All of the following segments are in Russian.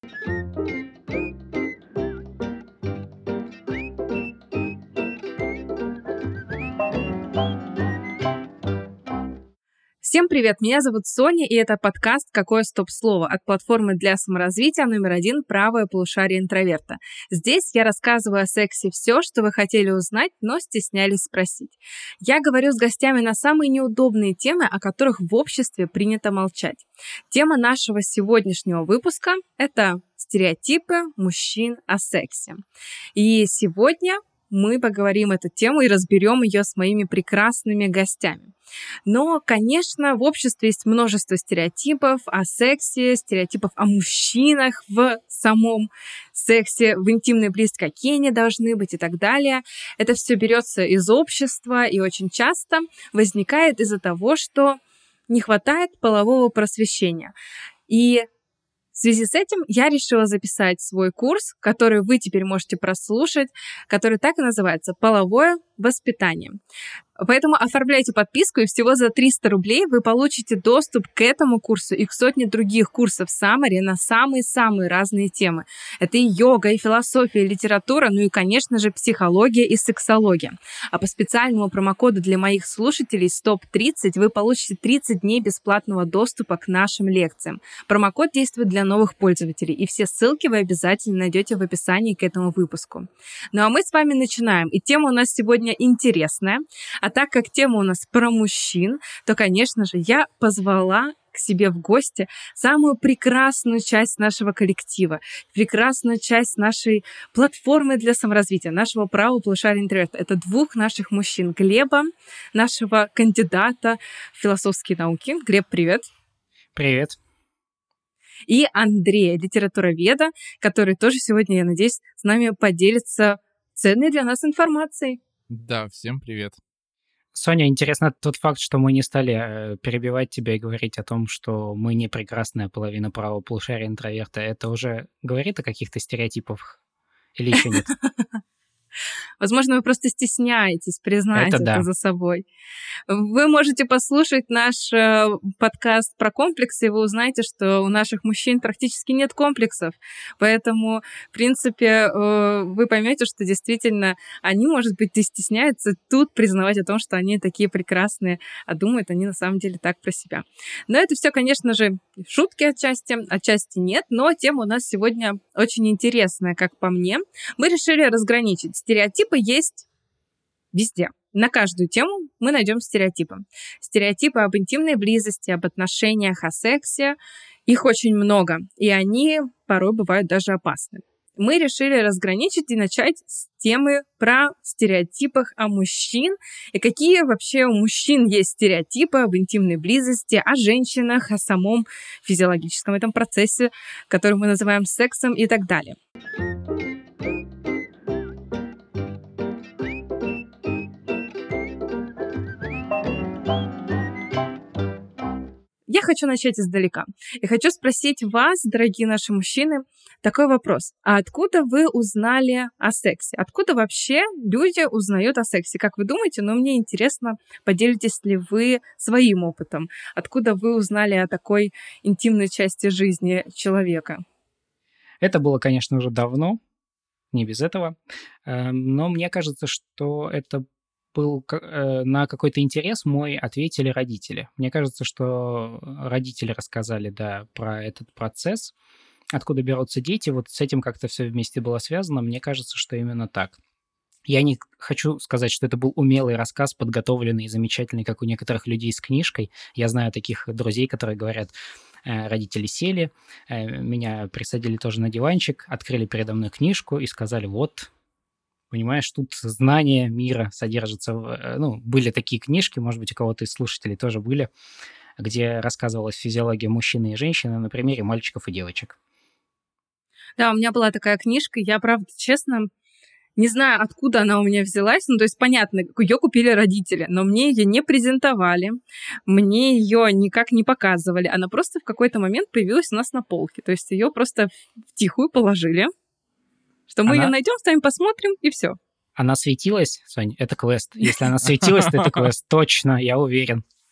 Всем привет, меня зовут Соня, и это подкаст «Какое стоп-слово» от платформы для саморазвития номер 1 «Правое полушарие интроверта». Здесь я рассказываю о сексе все, что вы хотели узнать, но стеснялись спросить. Я говорю с гостями на самые неудобные темы, о которых в обществе принято молчать. Тема нашего сегодняшнего выпуска – это стереотипы мужчин о сексе. И сегодня мы поговорим эту тему и разберем ее с моими прекрасными гостями. Но, конечно, в обществе есть множество стереотипов о сексе, стереотипов о мужчинах в самом сексе, в интимной близости, какие они должны быть и так далее. Это все берется из общества и очень часто возникает из-за того, что не хватает полового просвещения. И в связи с этим я решила записать свой курс, который вы теперь можете прослушать, который так и называется «Половое воспитание». Поэтому оформляйте подписку, и всего за 300 рублей вы получите доступ к этому курсу и к сотне других курсов Summary на самые-самые разные темы. Это и йога, и философия, и литература, ну и, конечно же, психология и сексология. А по специальному промокоду для моих слушателей STOP30 вы получите 30 дней бесплатного доступа к нашим лекциям. Промокод действует для новых пользователей, и все ссылки вы обязательно найдете в описании к этому выпуску. Ну а мы с вами начинаем. И тема у нас сегодня интересная. А так как тема у нас про мужчин, то, конечно же, я позвала к себе в гости самую прекрасную часть нашего коллектива, прекрасную часть нашей платформы для саморазвития, нашего правого полушария интроверта. Это двух наших мужчин. Глеба, нашего кандидата в философские науки. Глеб, привет. Привет. И Андрея, литературоведа, который тоже сегодня, я надеюсь, с нами поделится ценной для нас информацией. Да, всем привет. Соня, интересно тот факт, что мы не стали перебивать тебя и говорить о том, что мы не прекрасная половина правого полушария интроверта. Это уже говорит о каких-то стереотипах или еще нет? Возможно, вы просто стесняетесь признать это за собой. Вы можете послушать наш подкаст про комплексы, и вы узнаете, что у наших мужчин практически нет комплексов. Поэтому, в принципе, вы поймете, что действительно они, может быть, и стесняются тут признавать о том, что они такие прекрасные, а думают они на самом деле так про себя. Но это все, конечно же, шутки отчасти нет, но тема у нас сегодня очень интересная, как по мне. Мы решили разграничить. Стереотипы есть везде. На каждую тему мы найдем стереотипы. Стереотипы об интимной близости, об отношениях, о сексе. Их очень много, и они порой бывают даже опасны. Мы решили разграничить и начать с темы про стереотипах о мужчин и какие вообще у мужчин есть стереотипы об интимной близости, о женщинах, о самом физиологическом этом процессе, который мы называем сексом и так далее. Я хочу начать издалека. И хочу спросить вас, дорогие наши мужчины, такой вопрос. А откуда вы узнали о сексе? Откуда вообще люди узнают о сексе? Как вы думаете? Но мне интересно, поделитесь ли вы своим опытом? Откуда вы узнали о такой интимной части жизни человека? Это было, конечно, уже давно, не без этого. Но мне кажется, что это был на какой-то интерес мой ответили родители. Мне кажется, что родители рассказали, да, про этот процесс, откуда берутся дети. Вот с этим как-то все вместе было связано. Мне кажется, что именно так. Я не хочу сказать, что это был умелый рассказ, подготовленный и замечательный, как у некоторых людей с книжкой. Я знаю таких друзей, которые говорят, родители сели, меня присадили тоже на диванчик, открыли передо мной книжку и сказали, вот, понимаешь, тут знания мира содержатся. Были такие книжки, может быть, у кого-то из слушателей тоже были, где рассказывалась физиология мужчины и женщины на примере мальчиков и девочек. Да, у меня была такая книжка, я, правда, честно, не знаю, откуда она у меня взялась. Ну, то есть, понятно, ее купили родители, но мне ее не презентовали, мне ее никак не показывали. Она просто в какой-то момент появилась у нас на полке. То есть ее просто втихую положили, что мы ее найдем, с вами посмотрим, и все. Она светилась, Сонь, это квест. Если она светилась, то это квест. Точно, я уверен.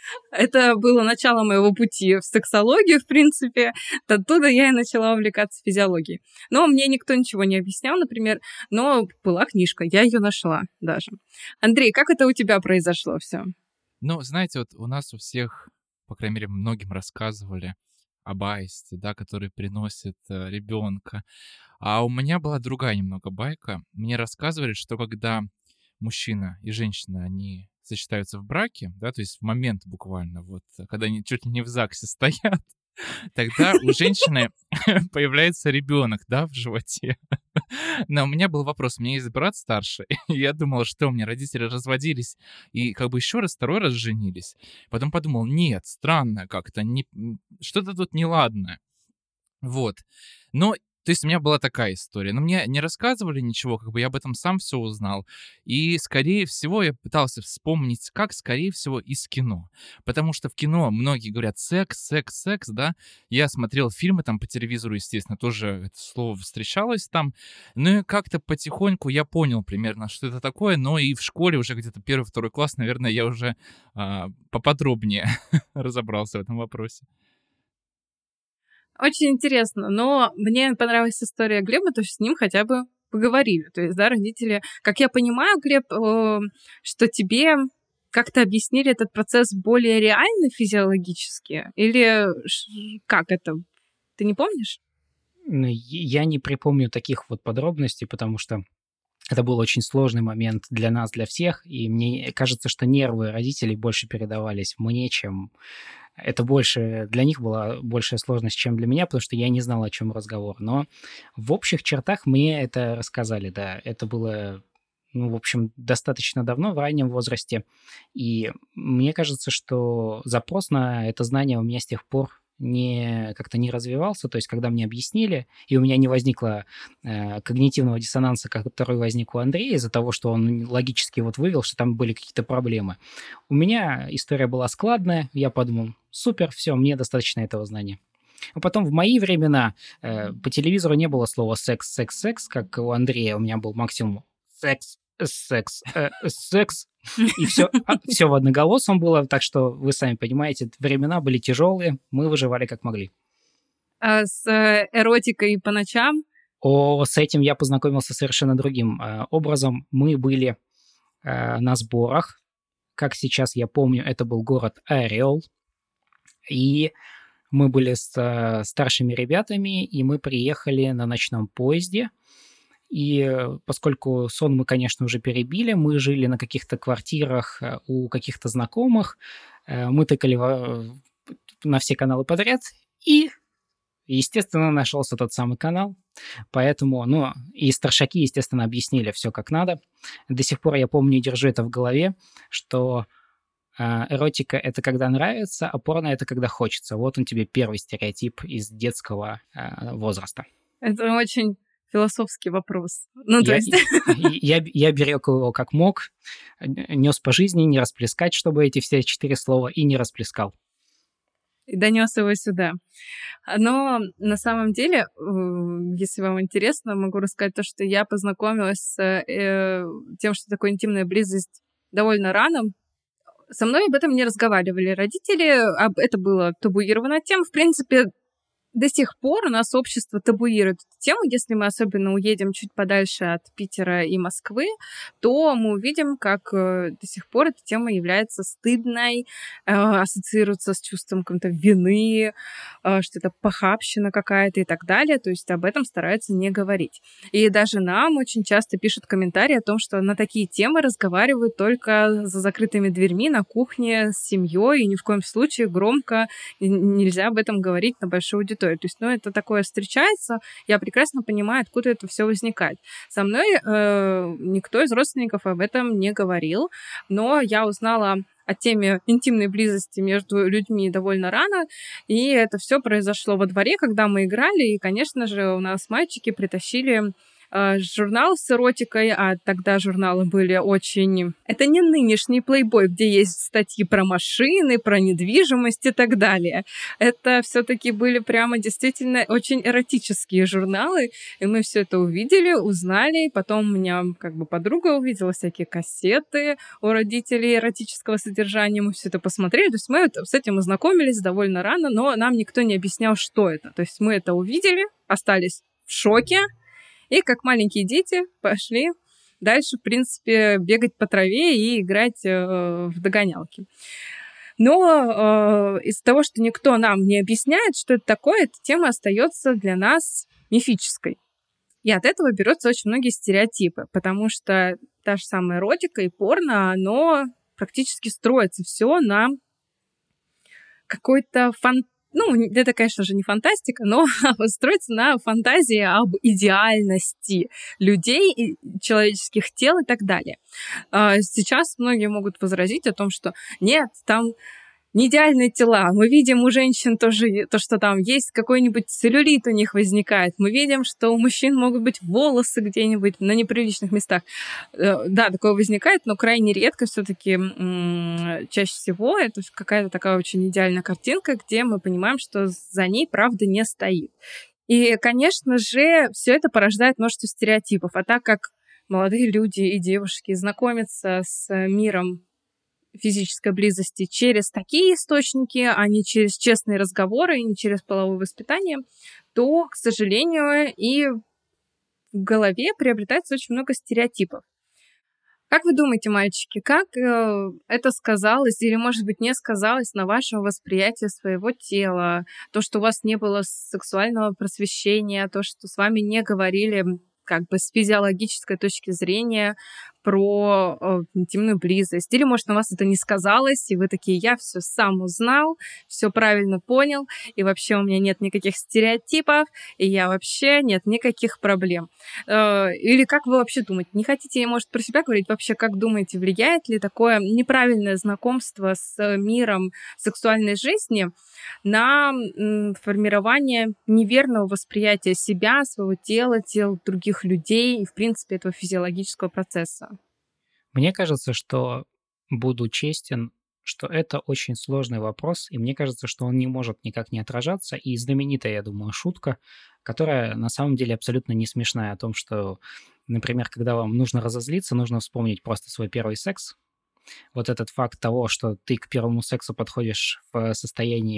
Это было начало моего пути в сексологию, в принципе. Оттуда я и начала увлекаться физиологией. Но мне никто ничего не объяснял, например, но была книжка, я ее нашла даже. Андрей, как это у тебя произошло все? Ну, знаете, вот у нас у всех, по крайней мере, многим рассказывали об аисте, да, который приносит ребенка. А у меня была другая немного байка. Мне рассказывали, что когда мужчина и женщина, они сочетаются в браке, да, то есть в момент буквально, вот, когда они чуть ли не в ЗАГСе стоят, тогда у женщины появляется ребенок, да, в животе. Но у меня был вопрос. У меня есть брат старший, и я думал, что у меня родители разводились и как бы еще раз, второй раз женились. Потом подумал, нет, странно как-то, что-то тут неладное. Вот. Но, то есть у меня была такая история. Но мне не рассказывали ничего, как бы я об этом сам все узнал. И, скорее всего, я пытался вспомнить, как, скорее всего, из кино. Потому что в кино многие говорят секс, секс, секс, да. Я смотрел фильмы там по телевизору, естественно, тоже это слово встречалось там. Ну и как-то потихоньку я понял примерно, что это такое. Но и в школе уже где-то 1-2 класс, наверное, я уже поподробнее разобрался в этом вопросе. Очень интересно, но мне понравилась история Глеба, то есть с ним хотя бы поговорили. То есть, да, родители, как я понимаю, Глеб, что тебе как-то объяснили этот процесс более реально физиологически? Или как это? Ты не помнишь? Я не припомню таких вот подробностей, потому что это был очень сложный момент для нас, для всех, и мне кажется, что нервы родителей больше передавались мне, чем это больше для них была большая сложность, чем для меня, потому что я не знал, о чем разговор. Но в общих чертах мне это рассказали, да. Это было, ну, в общем, достаточно давно, в раннем возрасте. И мне кажется, что запрос на это знание у меня с тех пор как-то не развивался, то есть когда мне объяснили, и у меня не возникло когнитивного диссонанса, который возник у Андрея из-за того, что он логически вот вывел, что там были какие-то проблемы. У меня история была складная, я подумал, супер, все, мне достаточно этого знания. А потом в мои времена по телевизору не было слова секс, секс, секс, как у Андрея, у меня был максимум секс, секс, секс, и все в одноголосом было, так что вы сами понимаете, времена были тяжелые, мы выживали как могли. А с эротикой по ночам? С этим я познакомился совершенно другим образом. Мы были на сборах, как сейчас я помню, это был город Орел, и мы были с старшими ребятами, и мы приехали на ночном поезде. И поскольку сон мы, конечно, уже перебили, мы жили на каких-то квартирах у каких-то знакомых, мы тыкали на все каналы подряд, и, естественно, нашелся тот самый канал. Поэтому, ну, и старшаки, естественно, объяснили все как надо. До сих пор я помню и держу это в голове, что эротика — это когда нравится, а порно — это когда хочется. Вот он тебе первый стереотип из детского возраста. Это очень философский вопрос. Ну, то есть... Я берег его как мог, нес по жизни, не расплескать, чтобы эти все 4 слова, и не расплескал. И донес его сюда. Но на самом деле, если вам интересно, могу рассказать то, что я познакомилась с тем, что такое интимная близость довольно рано. Со мной об этом не разговаривали родители, это было табуированная тема. В принципе, до сих пор у нас общество табуирует эту тему. Если мы особенно уедем чуть подальше от Питера и Москвы, то мы увидим, как до сих пор эта тема является стыдной, ассоциируется с чувством какой-то вины, что это похабщина какая-то и так далее. То есть об этом стараются не говорить. И даже нам очень часто пишут комментарии о том, что на такие темы разговаривают только за закрытыми дверьми на кухне с семьей, и ни в коем случае громко нельзя об этом говорить на большую аудиторию. То есть, ну, это такое встречается, я прекрасно понимаю, откуда это все возникает. Со мной никто из родственников об этом не говорил, но я узнала о теме интимной близости между людьми довольно рано, и это все произошло во дворе, когда мы играли, и, конечно же, у нас мальчики притащили журнал с эротикой, а тогда журналы были очень... Это не нынешний Playboy, где есть статьи про машины, про недвижимость и так далее. Это все-таки были прямо действительно очень эротические журналы, и мы все это увидели, узнали, потом у меня как бы подруга увидела всякие кассеты у родителей эротического содержания, мы все это посмотрели, то есть мы с этим ознакомились довольно рано, но нам никто не объяснял, что это. То есть мы это увидели, остались в шоке, и как маленькие дети пошли дальше, в принципе, бегать по траве и играть в догонялки. Но из-за того, что никто нам не объясняет, что это такое, эта тема остается для нас мифической. И от этого берутся очень многие стереотипы, потому что та же самая эротика и порно, оно практически строится все на какой-то Ну, это, конечно же, не фантастика, но строится на фантазии об идеальности людей, человеческих тел и так далее. Сейчас многие могут возразить о том, что нет, там не идеальные тела. Мы видим у женщин тоже то, что там есть какой-нибудь целлюлит у них возникает. Мы видим, что у мужчин могут быть волосы где-нибудь на неприличных местах. Да, такое возникает, но крайне редко все-таки чаще всего это какая-то такая очень идеальная картинка, где мы понимаем, что за ней правда не стоит. И, конечно же, все это порождает множество стереотипов. А так как молодые люди и девушки знакомятся с миром физической близости через такие источники, а не через честные разговоры, и не через половое воспитание, то, к сожалению, и в голове приобретается очень много стереотипов. Как вы думаете, мальчики, как это сказалось или, может быть, не сказалось на вашем восприятии своего тела? То, что у вас не было сексуального просвещения, то, что с вами не говорили как бы с физиологической точки зрения про интимную близость. Или, может, на вас это не сказалось, и вы такие, я все сам узнал, все правильно понял, и вообще у меня нет никаких стереотипов, и я вообще нет никаких проблем. Или как вы вообще думаете? Не хотите, может, про себя говорить? Вообще, как думаете, влияет ли такое неправильное знакомство с миром сексуальной жизни на формирование неверного восприятия себя, своего тела, тел других людей и, в принципе, этого физиологического процесса? Мне кажется, что, буду честен, что это очень сложный вопрос, и мне кажется, что он не может никак не отражаться. И знаменитая, я думаю, шутка, которая на самом деле абсолютно не смешная, о том, что, например, когда вам нужно разозлиться, нужно вспомнить просто свой первый секс. Вот этот факт того, что ты к первому сексу подходишь в состоянии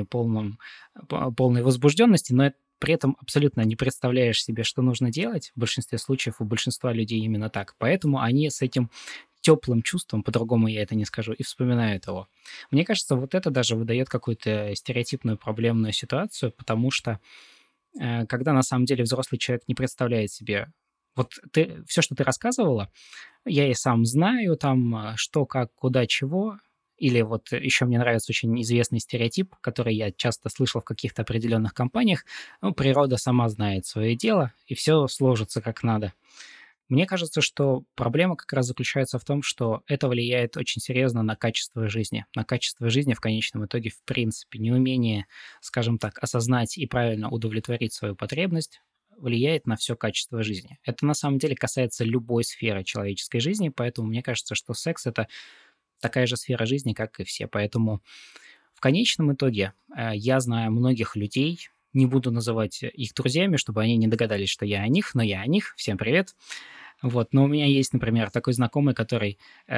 полной возбужденности, но при этом абсолютно не представляешь себе, что нужно делать. В большинстве случаев у большинства людей именно так. Поэтому они с этим теплым чувством, по-другому я это не скажу, и вспоминают его. Мне кажется, вот это даже выдает какую-то стереотипную проблемную ситуацию, потому что когда на самом деле взрослый человек не представляет себе, вот все, что ты рассказывала, я и сам знаю, там, что, как, куда, чего. Или вот еще мне нравится очень известный стереотип, который я часто слышал в каких-то определенных компаниях. Ну, природа сама знает свое дело, и все сложится как надо. Мне кажется, что проблема как раз заключается в том, что это влияет очень серьезно на качество жизни. На качество жизни в конечном итоге, в принципе, неумение, скажем так, осознать и правильно удовлетворить свою потребность влияет на все качество жизни. Это на самом деле касается любой сферы человеческой жизни, поэтому мне кажется, что секс — это такая же сфера жизни, как и все. Поэтому в конечном итоге я знаю многих людей, не буду называть их друзьями, чтобы они не догадались, что я о них, но я о них. Всем привет. Вот. Но у меня есть, например, такой знакомый, который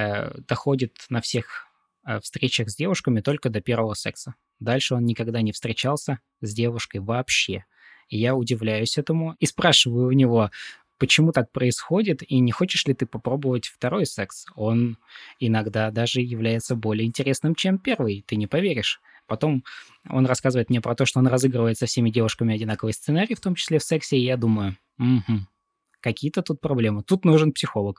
доходит на всех встречах с девушками только до первого секса. Дальше он никогда не встречался с девушкой вообще. И я удивляюсь этому и спрашиваю у него, почему так происходит, и не хочешь ли ты попробовать второй секс? Он иногда даже является более интересным, чем первый, ты не поверишь. Потом он рассказывает мне про то, что он разыгрывает со всеми девушками одинаковый сценарий, в том числе в сексе, и я думаю, какие-то тут проблемы. Тут нужен психолог.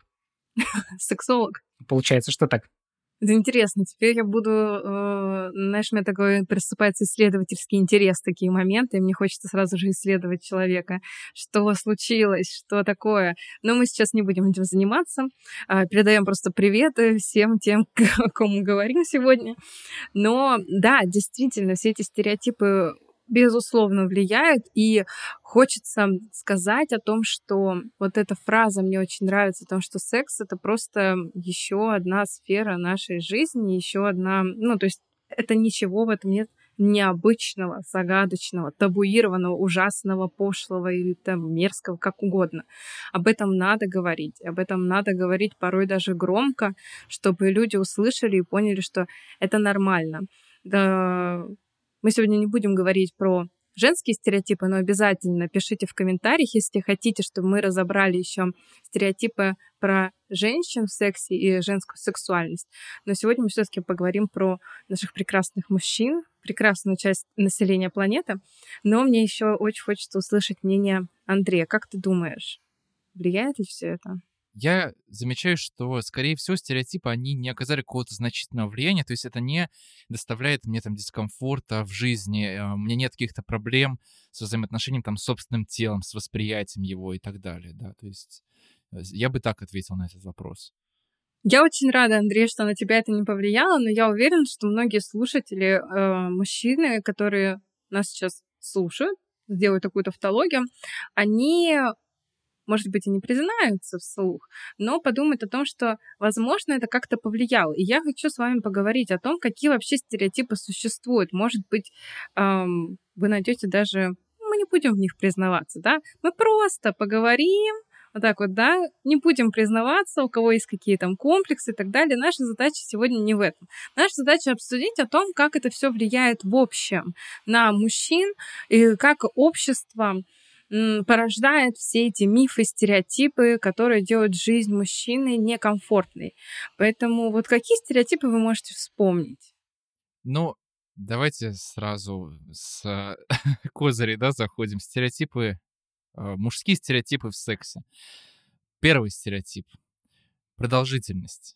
Сексолог. Получается, что так. Это интересно. Теперь я буду, знаешь, у меня такой приступается исследовательский интерес в такие моменты, и мне хочется сразу же исследовать человека. Что случилось, что такое. Но мы сейчас не будем этим заниматься. Передаем просто привет всем тем, о ком мы говорим сегодня. Но да, действительно, все эти стереотипы безусловно, влияет. И хочется сказать о том, что вот эта фраза мне очень нравится, о том, что секс — это просто еще одна сфера нашей жизни, еще одна... Ну, то есть это ничего в этом нет необычного, загадочного, табуированного, ужасного, пошлого или там мерзкого, как угодно. Об этом надо говорить порой даже громко, чтобы люди услышали и поняли, что это нормально. Да, мы сегодня не будем говорить про женские стереотипы, но обязательно пишите в комментариях, если хотите, чтобы мы разобрали еще стереотипы про женщин в сексе и женскую сексуальность. Но сегодня мы все-таки поговорим про наших прекрасных мужчин, прекрасную часть населения планеты. Но мне еще очень хочется услышать мнение Андрея. Как ты думаешь, влияет ли все это? Я замечаю, что, скорее всего, стереотипы, они не оказали какого-то значительного влияния, то есть это не доставляет мне там дискомфорта в жизни, у меня нет каких-то проблем с взаимоотношением там с собственным телом, с восприятием его и так далее, да, то есть я бы так ответил на этот вопрос. Я очень рада, Андрей, что на тебя это не повлияло, но я уверена, что многие слушатели, мужчины, которые нас сейчас слушают, сделают такую тавтологию, они, может быть, и не признаются вслух, но подумают о том, что, возможно, это как-то повлияло. И я хочу с вами поговорить о том, какие вообще стереотипы существуют. Может быть, вы найдете даже... Мы не будем в них признаваться, да? Мы просто поговорим, вот так вот, да, не будем признаваться, у кого есть какие там комплексы и так далее. Наша задача сегодня не в этом. Наша задача обсудить о том, как это все влияет в общем на мужчин и как общество порождает все эти мифы, стереотипы, которые делают жизнь мужчины некомфортной. Поэтому вот какие стереотипы вы можете вспомнить? Ну, давайте сразу с козырей, да, заходим. Стереотипы, мужские стереотипы в сексе. Первый стереотип — продолжительность.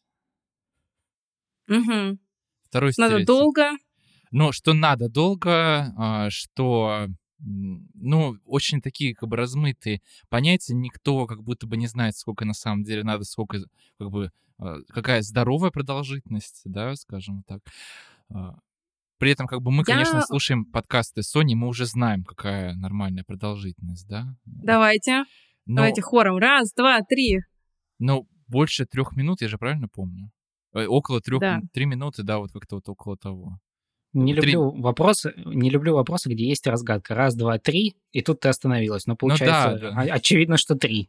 Угу. Второй Надо стереотип. долго. Ну, что надо долго, что, ну, очень такие как бы размытые понятия. Никто как будто бы не знает, сколько на самом деле надо, сколько, как бы, какая здоровая продолжительность, да, скажем так. А, При этом как бы мы, конечно, Я... слушаем подкасты Sony, мы уже знаем, какая нормальная продолжительность, да. Давайте. Но, Давайте хором. Раз, два, три. но больше 3 минут, я же правильно помню? Около 3 Да. 3 минуты, да, вот как-то вот около того. Не Три. люблю вопросы, где есть разгадка. Раз, два, три, и тут ты остановилась. Но Ну да, получается, да. очевидно, что 3.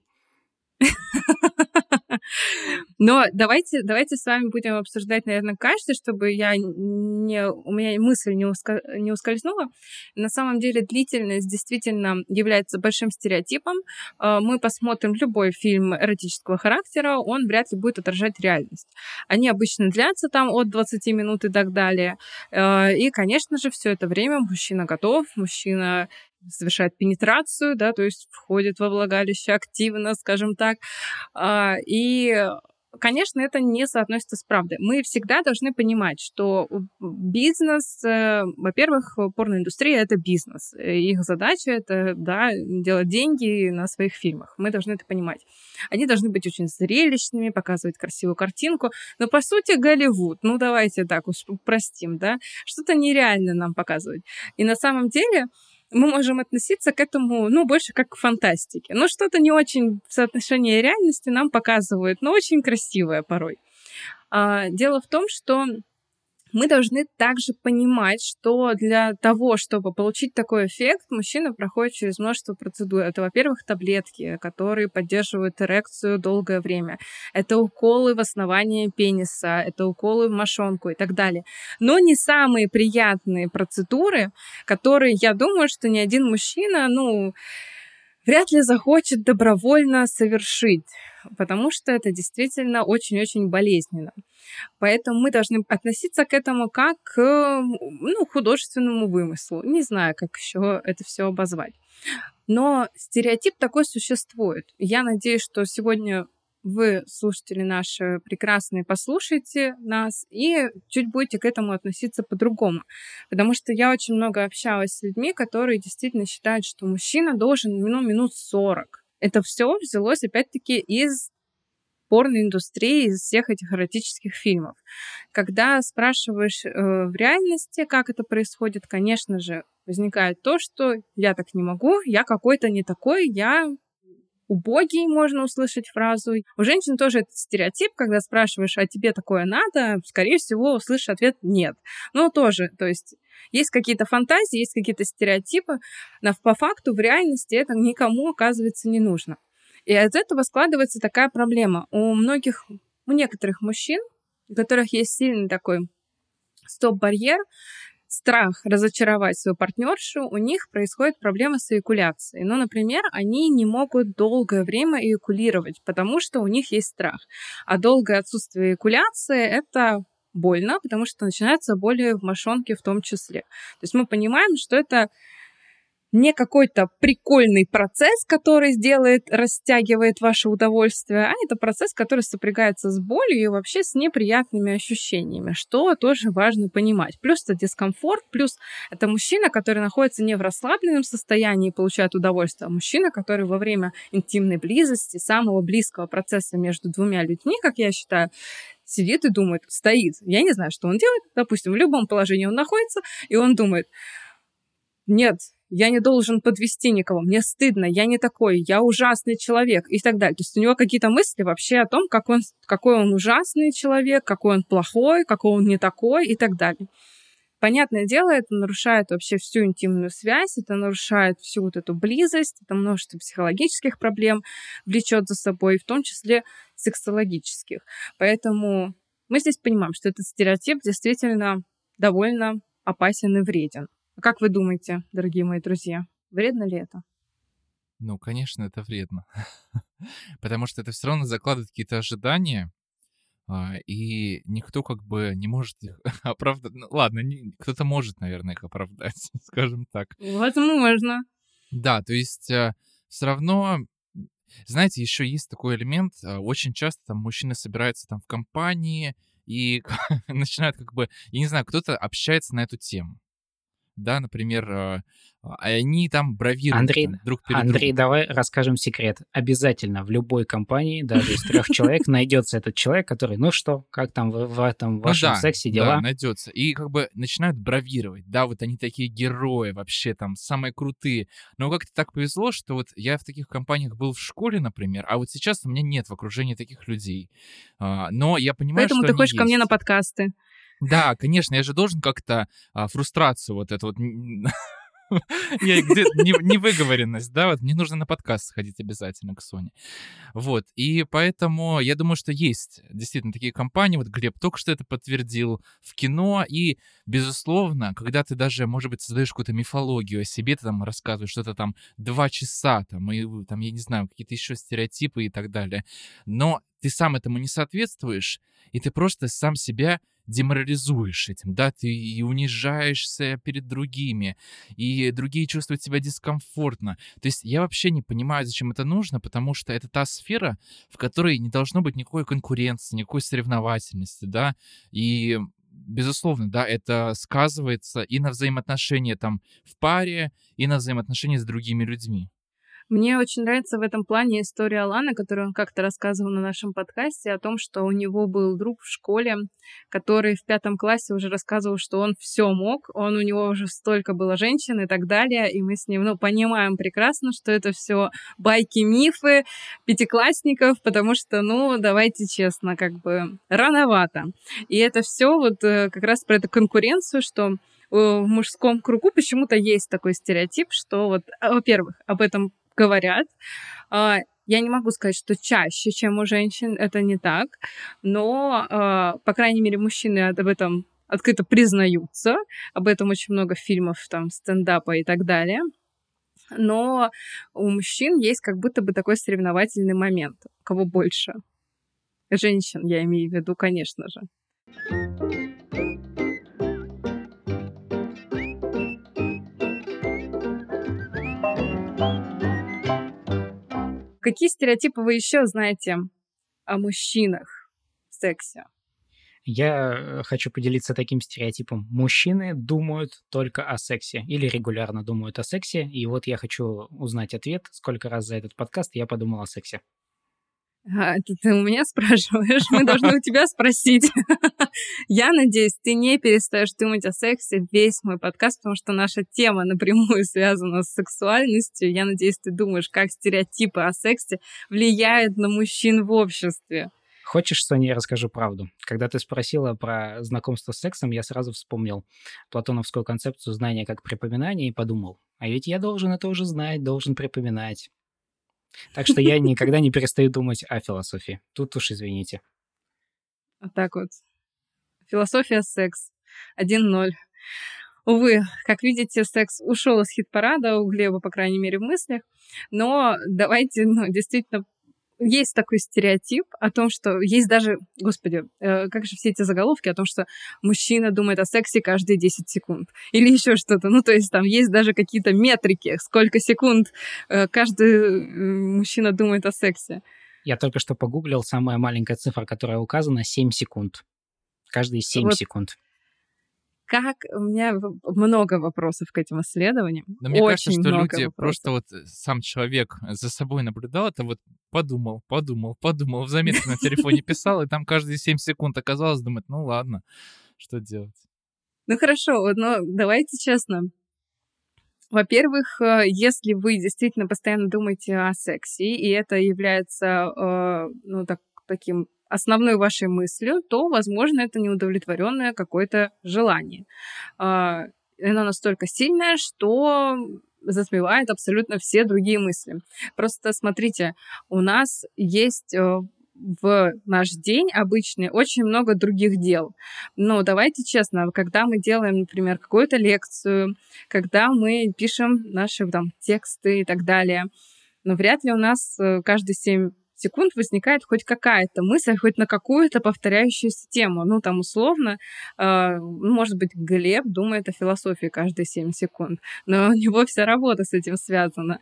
Но давайте с вами будем обсуждать, наверное, каждый, чтобы у меня мысль не ускользнула. На самом деле длительность действительно является большим стереотипом. Мы посмотрим любой фильм эротического характера, он вряд ли будет отражать реальность. Они обычно длятся там от 20 минут и так далее. И, конечно же, все это время мужчина готов, мужчина совершает пенетрацию, да, то есть входит во влагалище активно, скажем так. И, конечно, это не соотносится с правдой. Мы всегда должны понимать, что бизнес, во-первых, порноиндустрия — это бизнес. Их задача — это, да, делать деньги на своих фильмах. Мы должны это понимать. Они должны быть очень зрелищными, показывать красивую картинку. Но, по сути, Голливуд, ну, давайте так уж простим, да, что-то нереально нам показывать. И на самом деле мы можем относиться к этому, ну, больше как к фантастике. Но что-то не очень в соотношении реальности нам показывают, но очень красивое порой. Дело в том, что мы должны также понимать, что для того, чтобы получить такой эффект, мужчина проходит через множество процедур. Это, во-первых, таблетки, которые поддерживают эрекцию долгое время. Это уколы в основание пениса, это уколы в мошонку и так далее. Но не самые приятные процедуры, которые, я думаю, что ни один мужчина, ну, вряд ли захочет добровольно совершить, потому что это действительно очень-очень болезненно. Поэтому мы должны относиться к этому как к, ну, художественному вымыслу. Не знаю, как еще это все обозвать. Но стереотип такой существует. Я надеюсь, что сегодня вы, слушатели наши прекрасные, послушаете нас и чуть будете к этому относиться по-другому. Потому что я очень много общалась с людьми, которые действительно считают, что мужчина должен, ну, минут 40. Это все взялось, опять-таки, из порноиндустрии, из всех этих эротических фильмов. Когда спрашиваешь в реальности, как это происходит, конечно же, возникает то, что я так не могу, я какой-то не такой, я убогий, можно услышать фразу. У женщин тоже этот стереотип, когда спрашиваешь, а тебе такое надо, скорее всего, услышишь ответ «нет». Но тоже, то есть есть какие-то фантазии, есть какие-то стереотипы, но по факту в реальности это никому, оказывается, не нужно. И из этого складывается такая проблема. У некоторых мужчин, у которых есть сильный такой стоп-барьер, страх разочаровать свою партнершу, у них происходит проблема с эякуляцией. Ну, например, они не могут долгое время эякулировать, потому что у них есть страх. А долгое отсутствие эякуляции — это больно, потому что начинаются боли в мошонке в том числе. То есть мы понимаем, что это не какой-то прикольный процесс, который растягивает ваше удовольствие, а это процесс, который сопрягается с болью и вообще с неприятными ощущениями, что тоже важно понимать. Плюс это дискомфорт, плюс это мужчина, который находится не в расслабленном состоянии и получает удовольствие, а мужчина, который во время интимной близости, самого близкого процесса между двумя людьми, как я считаю, сидит и думает, стоит. Я не знаю, что он делает. Допустим, в любом положении он находится, и он думает: нет, я не должен подвести никого, мне стыдно, я не такой, я ужасный человек и так далее. То есть у него какие-то мысли вообще о том, какой он ужасный человек, какой он плохой, какой он не такой и так далее. Понятное дело, это нарушает вообще всю интимную связь, это нарушает всю вот эту близость, это множество психологических проблем влечет за собой, в том числе сексологических. Поэтому мы здесь понимаем, что этот стереотип действительно довольно опасен и вреден. Как вы думаете, дорогие мои друзья, вредно ли это? Ну, конечно, это вредно. Потому что это все равно закладывает какие-то ожидания, и никто как бы не может их оправдать. Ну, ладно, кто-то может, наверное, их оправдать, скажем так. Возможно. Да, то есть все равно, знаете, еще есть такой элемент. Очень часто там мужчины собираются там в компании и начинают как бы, я не знаю, кто-то общается на эту тему. Да, например, они там бравируют Андрей, там друг перед Андрей, другом. давай расскажем секрет. Обязательно в любой компании, даже из 3 человек, найдется этот человек, который, ну что, как там в этом Ну вашем да, сексе да, дела? найдется. И как бы начинают бравировать. Да, вот они такие герои вообще там, самые крутые. Но как-то так повезло, что вот я в таких компаниях был в школе, например, а вот сейчас у меня нет в окружении таких людей. Но я понимаю, Поэтому что ты они ходишь ко мне на есть. подкасты. Да, конечно, я же должен как-то фрустрацию вот эту вот невыговоренность, да, вот мне нужно на подкаст сходить обязательно к Соне. Вот, и поэтому я думаю, что есть действительно такие компании, вот Глеб только что это подтвердил, в кино, и, безусловно, когда ты даже, может быть, создаешь какую-то мифологию о себе, ты там рассказываешь что-то там 2 часа, там, и там, я не знаю, какие-то еще стереотипы и так далее, но ты сам этому не соответствуешь, и ты просто сам себя деморализуешь этим, да, ты и унижаешься перед другими, и другие чувствуют себя дискомфортно. То есть я вообще не понимаю, зачем это нужно, потому что это та сфера, в которой не должно быть никакой конкуренции, никакой соревновательности, да, и безусловно, да, это сказывается и на взаимоотношения там в паре, и на взаимоотношения с другими людьми. Мне очень нравится в этом плане история Алана, которую он как-то рассказывал на нашем подкасте, о том, что у него был друг в школе, который в 5 классе уже рассказывал, что он все мог, у него уже столько было женщин и так далее, и мы с ним, понимаем прекрасно, что это все байки, мифы пятиклассников, потому что, давайте честно, как бы рановато. И это все как раз про эту конкуренцию, что в мужском кругу почему-то есть такой стереотип, что во-первых, об этом говорят. Я не могу сказать, что чаще, чем у женщин, это не так, но, по крайней мере, мужчины об этом открыто признаются, об этом очень много фильмов, там, стендапа и так далее. Но у мужчин есть как будто бы такой соревновательный момент. У кого больше? Женщин, я имею в виду, конечно же. Какие стереотипы вы еще знаете о мужчинах в сексе? Я хочу поделиться таким стереотипом. Мужчины думают только о сексе или регулярно думают о сексе. И вот я хочу узнать ответ, сколько раз за этот подкаст я подумал о сексе. Это ты у меня спрашиваешь? Мы должны у тебя спросить. Я надеюсь, ты не перестаешь думать о сексе весь мой подкаст, потому что наша тема напрямую связана с сексуальностью. Я надеюсь, ты думаешь, как стереотипы о сексе влияют на мужчин в обществе. Хочешь, Соня, я расскажу правду? Когда ты спросила про знакомство с сексом, я сразу вспомнил платоновскую концепцию знания как припоминания и подумал, а ведь я должен это уже знать, должен припоминать. Так что я никогда не перестаю думать о философии. Тут уж извините. Вот так вот. Философия секс. 1-0. Увы, как видите, секс ушел из хит-парада у Глеба, по крайней мере, в мыслях. Но давайте, действительно, есть такой стереотип о том, что есть даже, господи, как же все эти заголовки о том, что мужчина думает о сексе каждые 10 секунд или еще что-то. То есть там есть даже какие-то метрики, сколько секунд каждый мужчина думает о сексе. Я только что погуглил, самая маленькая цифра, которая указана, 7 секунд. Каждые 7 секунд. Как у меня много вопросов к этим исследованиям. Но мне кажется, Очень что много люди вопросов. просто сам человек за собой наблюдал, это вот подумал, в заметку на телефоне писал, и там каждые 7 секунд оказалось, думает, ну ладно, что делать? Хорошо, но давайте честно. Во-первых, если вы действительно постоянно думаете о сексе, и это является таким основной вашей мыслью, то, возможно, это неудовлетворенное какое-то желание. Оно настолько сильное, что затмевает абсолютно все другие мысли. Просто смотрите, у нас есть в наш день обычный очень много других дел. Но давайте честно, когда мы делаем, например, какую-то лекцию, когда мы пишем наши тексты и так далее, вряд ли у нас каждые 7 секунд возникает хоть какая-то мысль, хоть на какую-то повторяющуюся тему. Условно, может быть, Глеб думает о философии каждые 7 секунд, но у него вся работа с этим связана.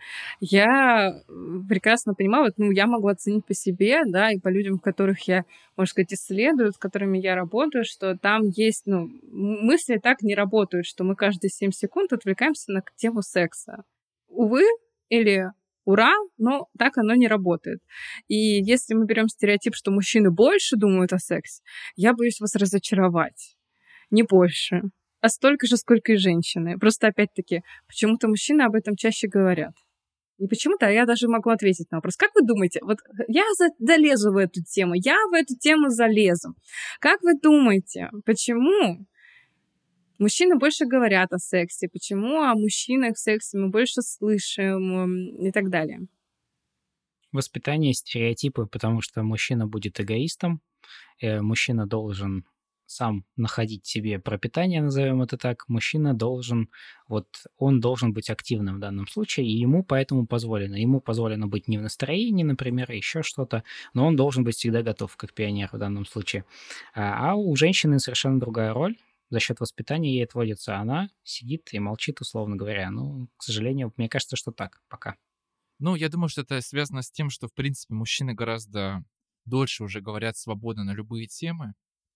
Я прекрасно понимаю, я могу оценить по себе, да, и по людям, которых я, можно сказать, исследую, с которыми я работаю, что там есть, мысли так не работают, что мы каждые 7 секунд отвлекаемся на тему секса. Увы, или ура, но так оно не работает. И если мы берем стереотип, что мужчины больше думают о сексе, я боюсь вас разочаровать. Не больше, а столько же, сколько и женщины. Просто, опять-таки, почему-то мужчины об этом чаще говорят. Не почему-то, а я даже могу ответить на вопрос. Как вы думаете, вот я залезу в эту тему, я в эту тему залезу. Как вы думаете, почему мужчины больше говорят о сексе, почему о мужчинах в сексе мы больше слышим и так далее? Воспитание, стереотипы, потому что мужчина будет эгоистом, мужчина должен сам находить себе пропитание, назовем это так, мужчина должен быть активным в данном случае, и ему поэтому позволено. Ему позволено быть не в настроении, например, еще что-то, но он должен быть всегда готов, как пионер в данном случае. А у женщины совершенно другая роль. За счет воспитания ей отводится, она сидит и молчит, условно говоря. К сожалению, мне кажется, что так пока. Я думаю, что это связано с тем, что, в принципе, мужчины гораздо дольше уже говорят свободно на любые темы.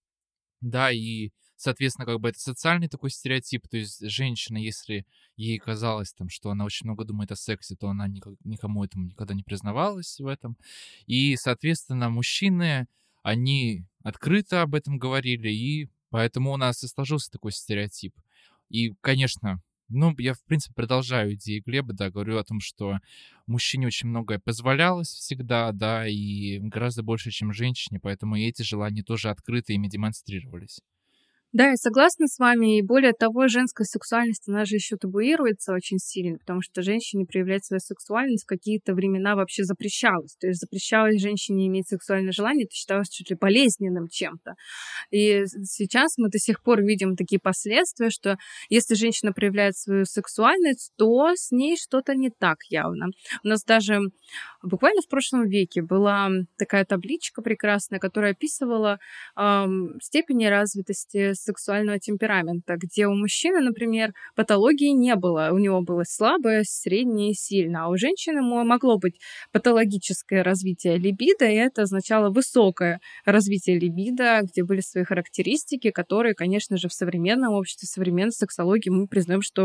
Да, и, соответственно, это социальный такой стереотип. То есть женщина, если ей казалось, что она очень много думает о сексе, то она никому этому никогда не признавалась в этом. И, соответственно, мужчины, они открыто об этом говорили, и поэтому у нас и сложился такой стереотип. И, конечно, я, в принципе, продолжаю идеи Глеба, да, говорю о том, что мужчине очень многое позволялось всегда, да, и гораздо больше, чем женщине, поэтому и эти желания тоже открыто ими демонстрировались. Да, я согласна с вами. И более того, женская сексуальность, она же еще табуируется очень сильно, потому что женщине проявлять свою сексуальность в какие-то времена вообще запрещалось. То есть запрещалось женщине иметь сексуальное желание, это считалось чуть ли болезненным чем-то. И сейчас мы до сих пор видим такие последствия, что если женщина проявляет свою сексуальность, то с ней что-то не так явно. У нас даже буквально в прошлом веке была такая табличка прекрасная, которая описывала степени развитости сексуального темперамента, где у мужчины, например, патологии не было. У него было слабое, среднее и сильное. А у женщины могло быть патологическое развитие либидо, и это означало высокое развитие либидо, где были свои характеристики, которые, конечно же, в современном обществе, в современной сексологии мы признаем, что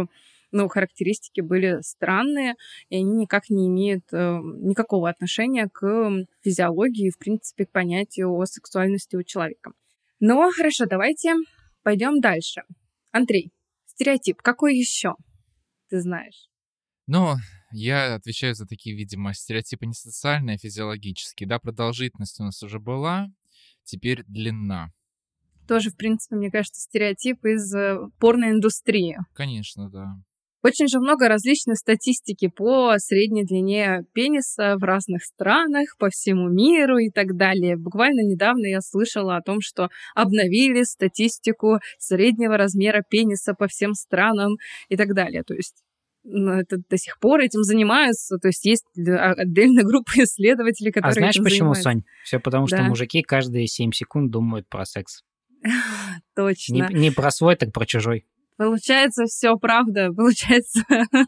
характеристики были странные, и они никак не имеют никакого отношения к физиологии и, в принципе, к понятию о сексуальности у человека. Но хорошо, давайте пойдем дальше. Андрей, стереотип какой еще ты знаешь? Но я отвечаю за такие, видимо, стереотипы не социальные, а физиологические. Да, продолжительность у нас уже была, теперь длина. Тоже, в принципе, мне кажется, стереотип из порноиндустрии. Конечно, да. Очень же много различной статистики по средней длине пениса в разных странах, по всему миру и так далее. Буквально недавно я слышала о том, что обновили статистику среднего размера пениса по всем странам и так далее. То есть это до сих пор этим занимаются. То есть есть отдельная группа исследователей, которые знаешь этим почему, занимаются. Сонь? Все потому, что Да. мужики каждые 7 секунд думают про секс. Точно. Не про свой, так про чужой. Получается, все правда. Получается.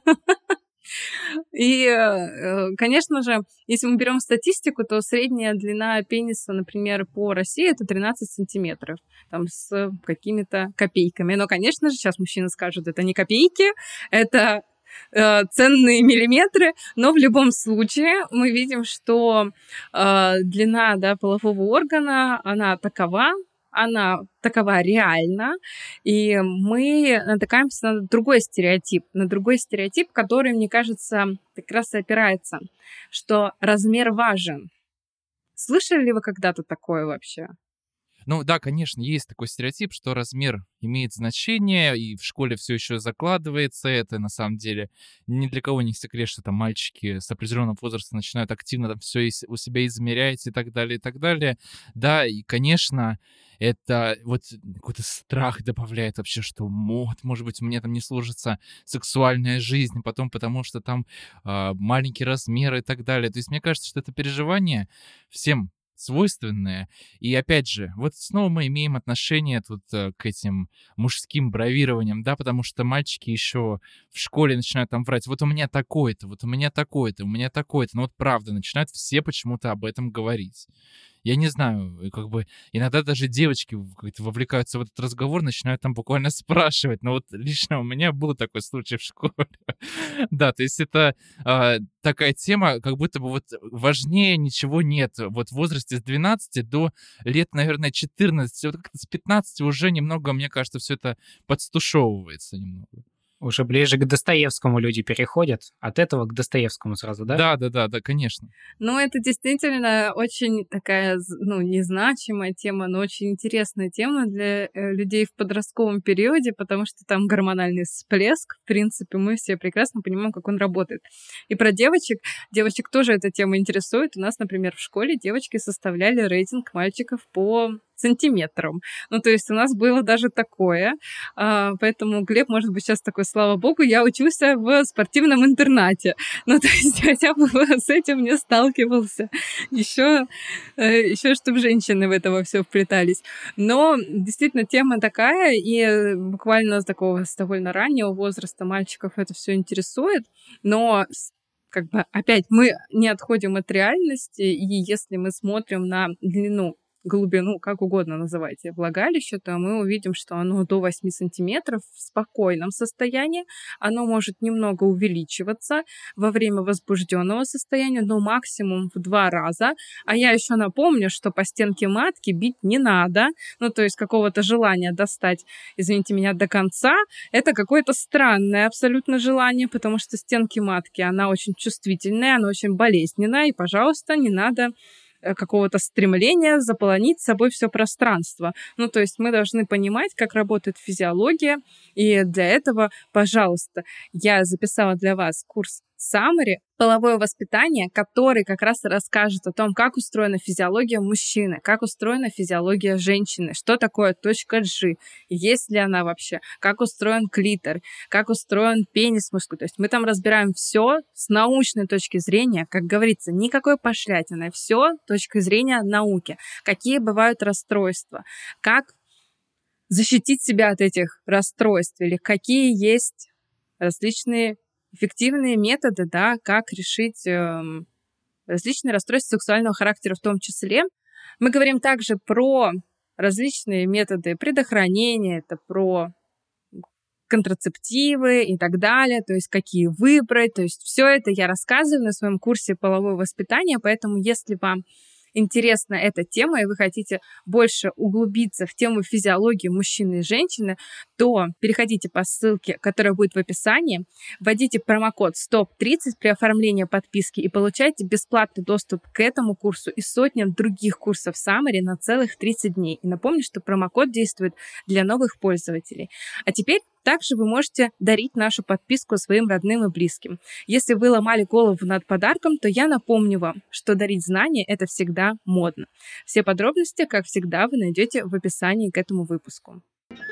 И, конечно же, если мы берем статистику, то средняя длина пениса, например, по России это 13 сантиметров, там с какими-то копейками. Но, конечно же, сейчас мужчины скажут, это не копейки, это ценные миллиметры, но в любом случае мы видим, что длина, да, полового органа, она такова реально, и мы натыкаемся на другой стереотип, который, мне кажется, как раз и опирается, что размер важен. Слышали ли вы когда-то такое вообще? Ну да, конечно, есть такой стереотип, что размер имеет значение, и в школе все еще закладывается это. На самом деле ни для кого не секрет, что там мальчики с определенного возраста начинают активно там все у себя измерять и так далее, и так далее. Да, и, конечно, это вот какой-то страх добавляет вообще, что может быть, у меня там не сложится сексуальная жизнь, потом потому что там маленький размер и так далее. То есть мне кажется, что это переживание всем свойственное. И опять же, вот снова мы имеем отношение тут к этим мужским бравированиям, да, потому что мальчики еще в школе начинают там врать, вот у меня такой-то, вот у меня такой-то, у меня такой-то. Ну вот правда, начинают все почему-то об этом говорить. Я не знаю, как бы иногда даже девочки как-то вовлекаются в этот разговор, начинают там буквально спрашивать. Но вот лично у меня был такой случай в школе. Да, то есть это такая тема, как будто бы вот важнее ничего нет. Вот в возрасте с 12 до лет, наверное, 14, вот как-то с 15 уже немного, мне кажется, все это подстушевывается немного. Уже ближе к Достоевскому люди переходят. От этого к Достоевскому сразу, да? Да, конечно. Ну, это действительно очень такая, незначимая тема, но очень интересная тема для людей в подростковом периоде, потому что там гормональный всплеск. В принципе, мы все прекрасно понимаем, как он работает. И про девочек тоже эта тема интересует. У нас, например, в школе девочки составляли рейтинг мальчиков по сантиметрам. Ну, то есть у нас было даже такое. Поэтому Глеб, может быть, сейчас такой, слава богу, я учился в спортивном интернате. Ну, то есть хотя бы с этим не сталкивался. Еще чтобы женщины в это все вплетались. Но действительно тема такая, и буквально с довольно раннего возраста мальчиков это все интересует. Но как бы опять мы не отходим от реальности, и если мы смотрим на длину, глубину, как угодно называйте, влагалища, то мы увидим, что оно до 8 сантиметров в спокойном состоянии. Оно может немного увеличиваться во время возбужденного состояния, но максимум в 2 раза. А я еще напомню, что по стенке матки бить не надо. Ну, то есть какого-то желания достать, извините меня, до конца, это какое-то странное абсолютно желание, потому что стенки матки, она очень чувствительная, она очень болезненная, и, пожалуйста, не надо какого-то стремления заполонить собой все пространство. Ну, то есть мы должны понимать, как работает физиология, и для этого, пожалуйста, я записала для вас курс Summary «Половое воспитание», который как раз расскажет о том, как устроена физиология мужчины, как устроена физиология женщины, что такое точка G, есть ли она вообще, как устроен клитор, как устроен пенис мужской. То есть мы там разбираем все с научной точки зрения, как говорится, никакой пошлятины, все с точки зрения науки. Какие бывают расстройства, как защитить себя от этих расстройств, или какие есть различные эффективные методы, да, как решить различные расстройства сексуального характера в том числе. Мы говорим также про различные методы предохранения, это про контрацептивы и так далее, то есть какие выбрать, то есть все это я рассказываю на своем курсе половое воспитание, поэтому если вам интересна эта тема, и вы хотите больше углубиться в тему физиологии мужчины и женщины, то переходите по ссылке, которая будет в описании, вводите промокод STOP30 при оформлении подписки и получайте бесплатный доступ к этому курсу и сотням других курсов Summary на целых 30 дней. И напомню, что промокод действует для новых пользователей. А теперь также вы можете дарить нашу подписку своим родным и близким. Если вы ломали голову над подарком, то я напомню вам, что дарить знания — это всегда модно. Все подробности, как всегда, вы найдете в описании к этому выпуску.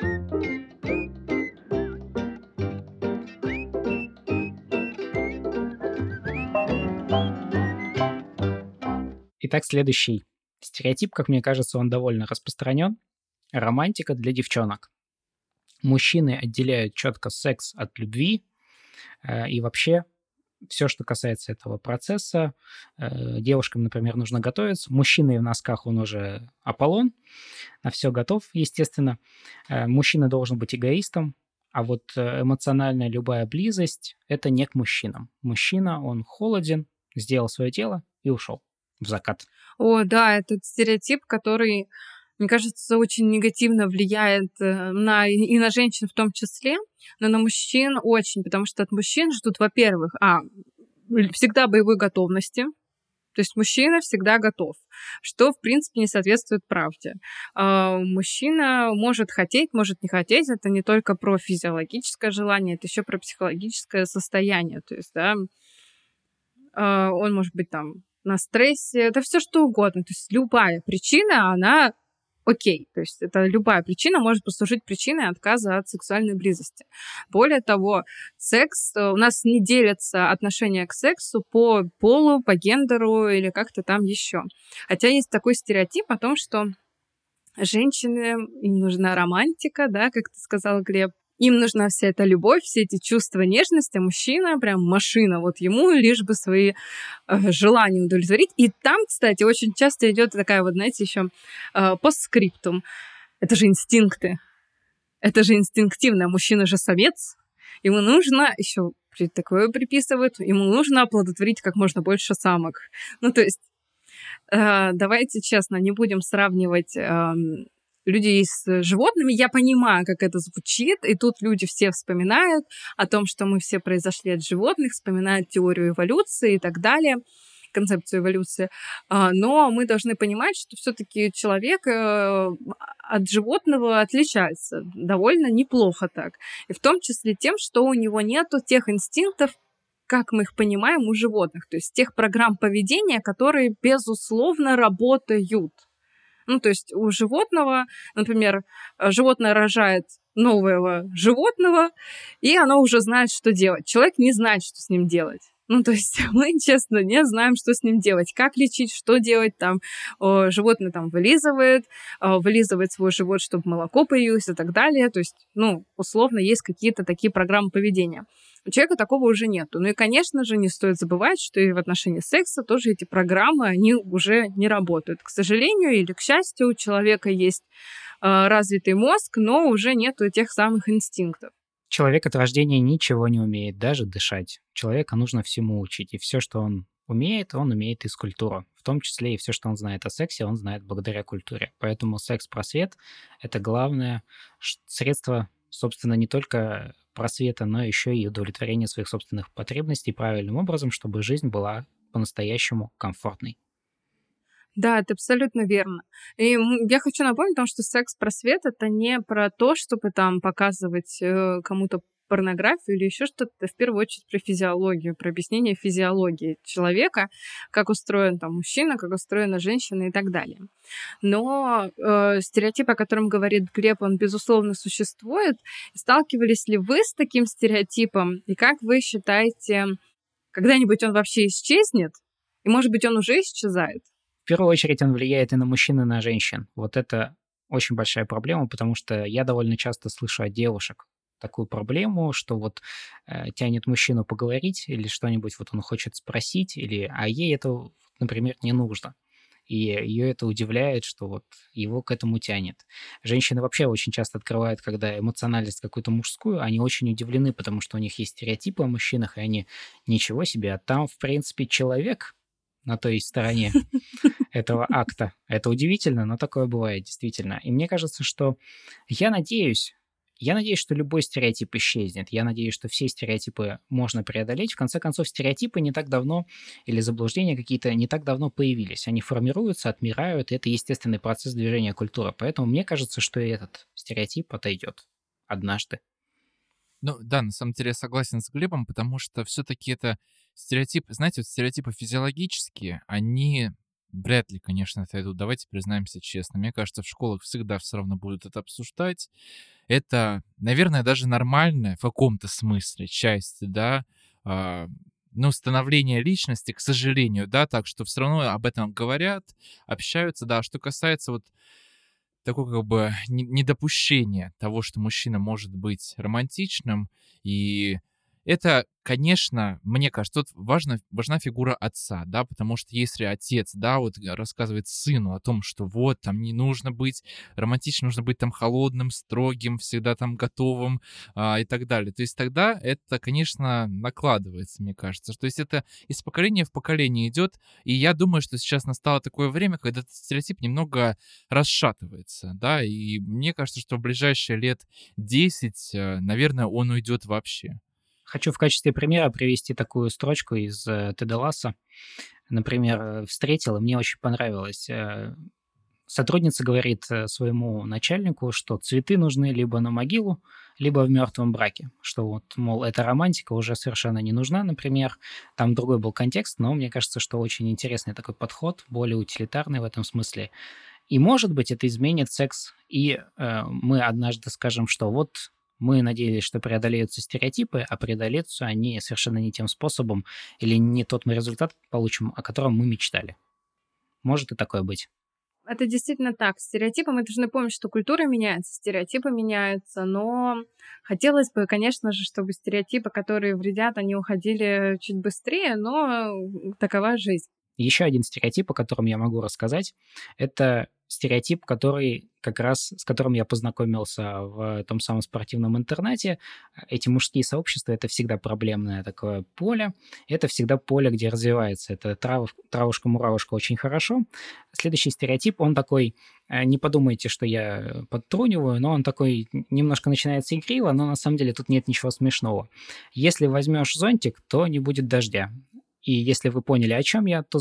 Итак, следующий стереотип, как мне кажется, он довольно распространен. Романтика для девчонок. Мужчины отделяют четко секс от любви, и вообще все, что касается этого процесса, девушкам, например, нужно готовиться. Мужчина в носках, он уже Аполлон, на все готов, естественно. Мужчина должен быть эгоистом, а вот эмоциональная любая близость — это не к мужчинам. Мужчина, он холоден, сделал свое дело и ушел в закат. О, да, этот стереотип, который, мне кажется, очень негативно влияет и на женщин в том числе, но на мужчин очень, потому что от мужчин ждут, во-первых, всегда боевой готовности, то есть мужчина всегда готов, что, в принципе, не соответствует правде. Мужчина может хотеть, может не хотеть, это не только про физиологическое желание, это еще про психологическое состояние, то есть, да, он может быть там на стрессе, это все что угодно, то есть любая причина, она окей, то есть это любая причина может послужить причиной отказа от сексуальной близости. Более того, у нас не делятся отношения к сексу по полу, по гендеру или как-то там еще. Хотя есть такой стереотип о том, что женщины, им нужна романтика, да, как ты сказал, Глеб, им нужна вся эта любовь, все эти чувства нежности, а мужчина прям машина, вот ему лишь бы свои желания удовлетворить. И там, кстати, очень часто идет такая вот, знаете, еще постскриптум. Это же инстинкты. Это же инстинктивно. Мужчина же самец. Ему нужно еще такое приписывают, ему нужно оплодотворить как можно больше самок. Ну, то есть, давайте честно, не будем сравнивать людей с животными. Я понимаю, как это звучит, и тут люди все вспоминают о том, что мы все произошли от животных, вспоминают теорию эволюции и так далее, концепцию эволюции. Но мы должны понимать, что все-таки человек от животного отличается довольно неплохо так. И в том числе тем, что у него нету тех инстинктов, как мы их понимаем у животных, то есть тех программ поведения, которые, безусловно, работают. Ну, то есть у животного, например, животное рожает нового животного, и оно уже знает, что делать. Человек не знает, что с ним делать. Ну, то есть мы, честно, не знаем, что с ним делать, как лечить, что делать. Там животное там вылизывает свой живот, чтобы молоко появилось и так далее. То есть, ну, условно, есть какие-то такие программы поведения. У человека такого уже нету. Ну и, конечно же, не стоит забывать, что и в отношении секса тоже эти программы, они уже не работают. К сожалению или к счастью, у человека есть развитый мозг, но уже нету тех самых инстинктов. Человек от рождения ничего не умеет, даже дышать. Человека нужно всему учить, и все, что он умеет из культуры. В том числе и все, что он знает о сексе, он знает благодаря культуре. Поэтому секс-просвет — это главное средство, собственно, не только просвета, но еще и удовлетворения своих собственных потребностей правильным образом, чтобы жизнь была по-настоящему комфортной. Да, это абсолютно верно. И я хочу напомнить о том, что секс-просвет — это не про то, чтобы там показывать кому-то порнографию или еще что-то. Это в первую очередь про физиологию, про объяснение физиологии человека, как устроен там мужчина, как устроена женщина и так далее. Но стереотип, о котором говорит Глеб, он, безусловно, существует. Сталкивались ли вы с таким стереотипом? И как вы считаете, когда-нибудь он вообще исчезнет? И, может быть, он уже исчезает? В первую очередь он влияет и на мужчин, и на женщин. Вот это очень большая проблема, потому что я довольно часто слышу от девушек такую проблему, что вот тянет мужчину поговорить или что-нибудь вот он хочет спросить, а ей это, например, не нужно. И ее это удивляет, что вот его к этому тянет. Женщины вообще очень часто открывают, когда эмоциональность какую-то мужскую, они очень удивлены, потому что у них есть стереотипы о мужчинах, и они ничего себе, а там, в принципе, человек на той стороне этого акта. Это удивительно, но такое бывает действительно. И мне кажется, что я надеюсь, я надеюсь, что любой стереотип исчезнет. Я надеюсь, что все стереотипы можно преодолеть. В конце концов, стереотипы не так давно, или заблуждения какие-то не так давно появились. Они формируются, отмирают, и это естественный процесс движения культуры. Поэтому мне кажется, что и этот стереотип отойдет однажды. Ну да, на самом деле я согласен с Глебом, потому что все-таки это стереотипы, знаете, вот стереотипы физиологические, они вряд ли, конечно, отойдут. Давайте признаемся честно. Мне кажется, в школах всегда все равно будут это обсуждать. Это, наверное, даже нормальная в каком-то смысле часть, да, а, ну, становления личности, к сожалению, да, так что все равно об этом говорят, общаются, да. А что касается вот такое как бы недопущение того, что мужчина может быть романтичным. И это, конечно, мне кажется, тут важна фигура отца, да, потому что если отец, да, вот рассказывает сыну о том, что вот, там не нужно быть романтичным, нужно быть там холодным, строгим, всегда там готовым и так далее, то есть тогда это, конечно, накладывается, мне кажется. То есть это из поколения в поколение идет, и я думаю, что сейчас настало такое время, когда этот стереотип немного расшатывается, да, и мне кажется, что в ближайшие лет 10, наверное, он уйдет вообще. Хочу в качестве примера привести такую строчку из Теда Ласса. Например, встретила, мне очень понравилось. Сотрудница говорит своему начальнику, что цветы нужны либо на могилу, либо в мертвом браке. Что вот, мол, эта романтика уже совершенно не нужна, например. Там другой был контекст, но мне кажется, что очень интересный такой подход, более утилитарный в этом смысле. И, может быть, это изменит секс, и мы однажды скажем, что вот мы надеялись, что преодолеются стереотипы, а преодолеются они совершенно не тем способом или не тот мы результат получим, о котором мы мечтали. Может и такое быть. Это действительно так. Стереотипы, мы должны помнить, что культура меняется, стереотипы меняются, но хотелось бы, конечно же, чтобы стереотипы, которые вредят, они уходили чуть быстрее, но такова жизнь. Еще один стереотип, о котором я могу рассказать, это стереотип, который как раз с которым я познакомился в том самом спортивном интернете. Эти мужские сообщества — это всегда проблемное такое поле. Это всегда поле, где развивается. Это травушка-муравушка очень хорошо. Следующий стереотип, он такой, не подумайте, что я подтруниваю, но он такой немножко начинается игриво, но на самом деле тут нет ничего смешного. Если возьмешь зонтик, то не будет дождя. И если вы поняли, о чем я, то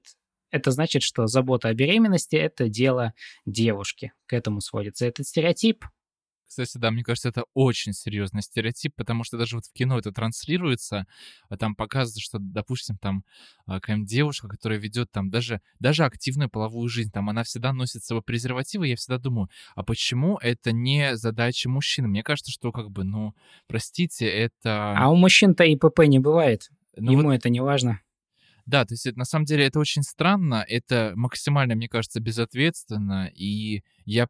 это значит, что забота о беременности — это дело девушки. К этому сводится этот стереотип. Кстати, да, мне кажется, это очень серьезный стереотип, потому что даже вот в кино это транслируется, а там показывается, что, допустим, там какая-нибудь девушка, которая ведет там даже активную половую жизнь, там она всегда носит с собой презервативы, я всегда думаю, а почему это не задача мужчины? Мне кажется, что как бы, ну, простите, это... А у мужчин-то ИПП не бывает. Ну Ему вот, это не важно. да, то есть это, на самом деле это очень странно, это максимально, мне кажется, безответственно, и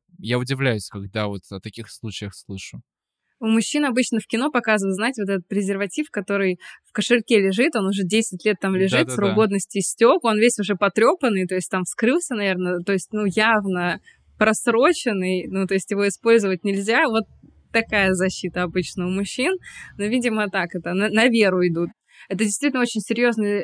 я удивляюсь, когда вот о таких случаях слышу. У мужчин обычно в кино показывают, знаете, вот этот презерватив, который в кошельке лежит, он уже 10 лет там лежит, срок Да-да-да. годности истек, он весь уже потрепанный, то есть там вскрылся, наверное, то есть, ну, явно просроченный, ну, то есть его использовать нельзя. Вот такая защита обычно у мужчин, но, видимо, так это, на веру идут. Это действительно очень серьезный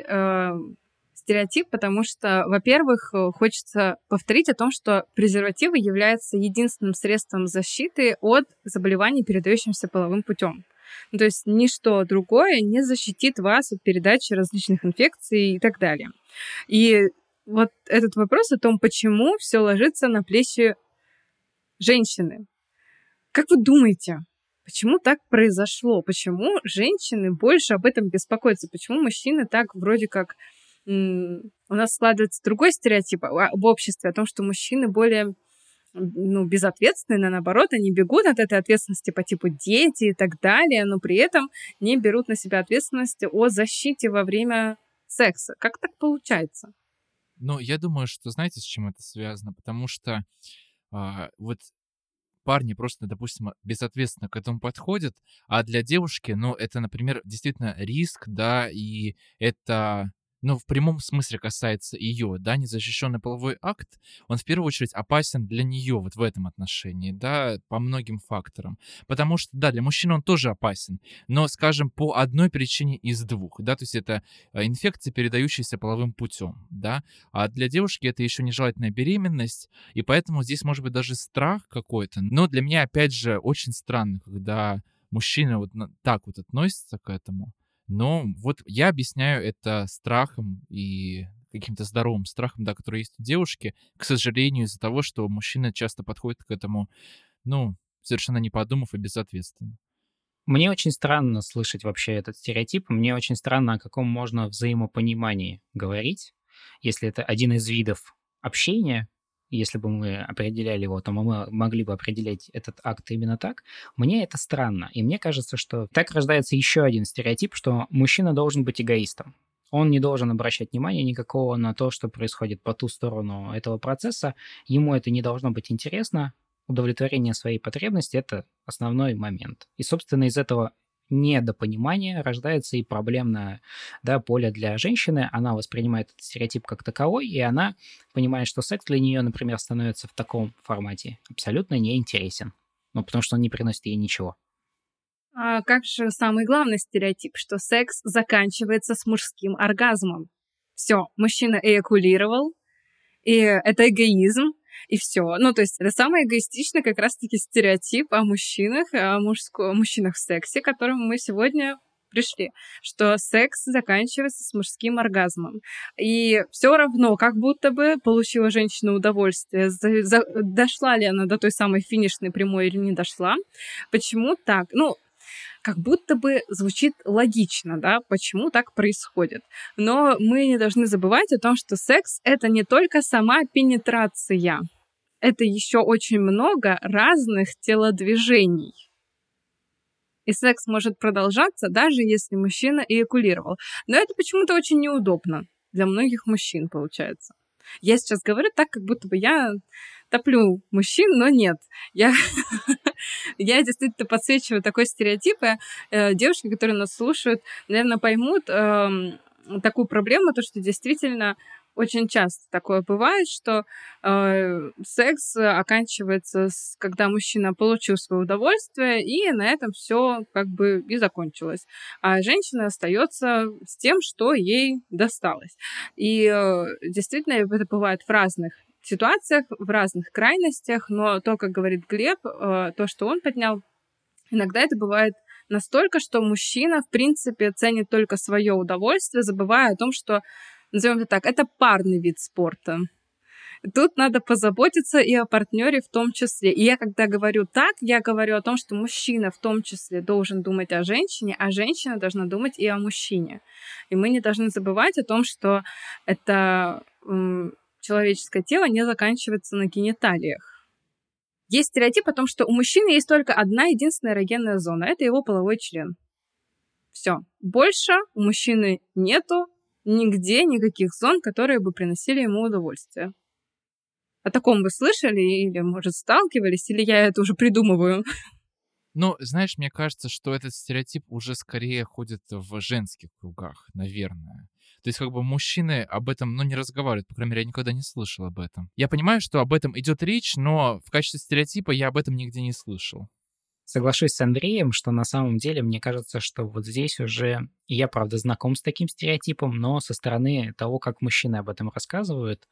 стереотип, потому что, во-первых, хочется повторить о том, что презервативы являются единственным средством защиты от заболеваний, передающихся половым путем. Ну, то есть ничто другое не защитит вас от передачи различных инфекций и так далее. И вот этот вопрос о том, почему все ложится на плечи женщины. Как вы думаете, почему так произошло? Почему женщины больше об этом беспокоятся? Почему мужчины так вроде как... У нас складывается другой стереотип об обществе, о том, что мужчины более безответственны, наоборот, они бегут от этой ответственности по типу дети и так далее, но при этом не берут на себя ответственность о защите во время секса. Как так получается? Ну, я думаю, что знаете, с чем это связано? Потому что вот парни просто, допустим, безответственно к этому подходят, а для девушки, ну, это, например, действительно риск, да, и это в прямом смысле касается ее, да, незащищенный половой акт, он в первую очередь опасен для нее вот в этом отношении, да, по многим факторам. Потому что, да, для мужчины он тоже опасен, но, скажем, по одной причине из двух, да, то есть это инфекция, передающаяся половым путем, да, а для девушки это еще нежелательная беременность, и поэтому здесь может быть даже страх какой-то. Но для меня, опять же, очень странно, когда мужчина вот так вот относится к этому. Но вот я объясняю это страхом и каким-то здоровым страхом, да, который есть у девушки, к сожалению, из-за того, что мужчина часто подходит к этому, совершенно не подумав и безответственно. Мне очень странно слышать вообще этот стереотип. Мне очень странно, о каком можно взаимопонимании говорить, если это один из видов общения. Если бы мы определяли его, то мы могли бы определять этот акт именно так. Мне это странно. И мне кажется, что так рождается еще один стереотип, что мужчина должен быть эгоистом. Он не должен обращать внимания никакого на то, что происходит по ту сторону этого процесса. Ему это не должно быть интересно. Удовлетворение своей потребности – это основной момент. И, собственно, из этого недопонимания рождается и проблемное, да, поле для женщины. Она воспринимает этот стереотип как таковой, и она понимает, что секс для нее, например, становится в таком формате абсолютно неинтересен. Потому что он не приносит ей ничего. А как же самый главный стереотип, что секс заканчивается с мужским оргазмом? Все, мужчина эякулировал, и это эгоизм, и все. То есть это самый эгоистичный как раз-таки стереотип о мужчинах, о мужчинах в сексе, к которому мы сегодня пришли, что секс заканчивается с мужским оргазмом. И все равно, как будто бы получила женщина удовольствие, дошла ли она до той самой финишной прямой или не дошла. Почему так? Как будто бы звучит логично, да, почему так происходит. Но мы не должны забывать о том, что секс — это не только сама пенетрация. Это еще очень много разных телодвижений. И секс может продолжаться, даже если мужчина эякулировал. Но это почему-то очень неудобно для многих мужчин, получается. Я сейчас говорю так, как будто бы я топлю мужчин, но нет. Я действительно подсвечиваю такой стереотип. Девушки, которые нас слушают, наверное, поймут такую проблему, то, что действительно очень часто такое бывает, что секс оканчивается, когда мужчина получил свое удовольствие, и на этом все как бы и закончилось. А женщина остается с тем, что ей досталось. И действительно это бывает в разных ситуациях, в разных крайностях, но то, как говорит Глеб, то, что он поднял, иногда это бывает настолько, что мужчина, в принципе, ценит только свое удовольствие, забывая о том, что, назовем это так, это парный вид спорта. Тут надо позаботиться и о партнере в том числе. И я, когда говорю так, я говорю о том, что мужчина в том числе должен думать о женщине, а женщина должна думать и о мужчине. И мы не должны забывать о том, что это человеческое тело не заканчивается на гениталиях. Есть стереотип о том, что у мужчины есть только одна единственная эрогенная зона. Это его половой член. Все. Больше у мужчины нету нигде никаких зон, которые бы приносили ему удовольствие. О таком вы слышали или, может, сталкивались, или я это уже придумываю? Знаешь, мне кажется, что этот стереотип уже скорее ходит в женских кругах, наверное. То есть мужчины об этом, не разговаривают. По крайней мере, я никогда не слышал об этом. Я понимаю, что об этом идет речь, но в качестве стереотипа я об этом нигде не слышал. Соглашусь с Андреем, что на самом деле мне кажется, что вот здесь уже я, правда, знаком с таким стереотипом, но со стороны того, как мужчины об этом рассказывают,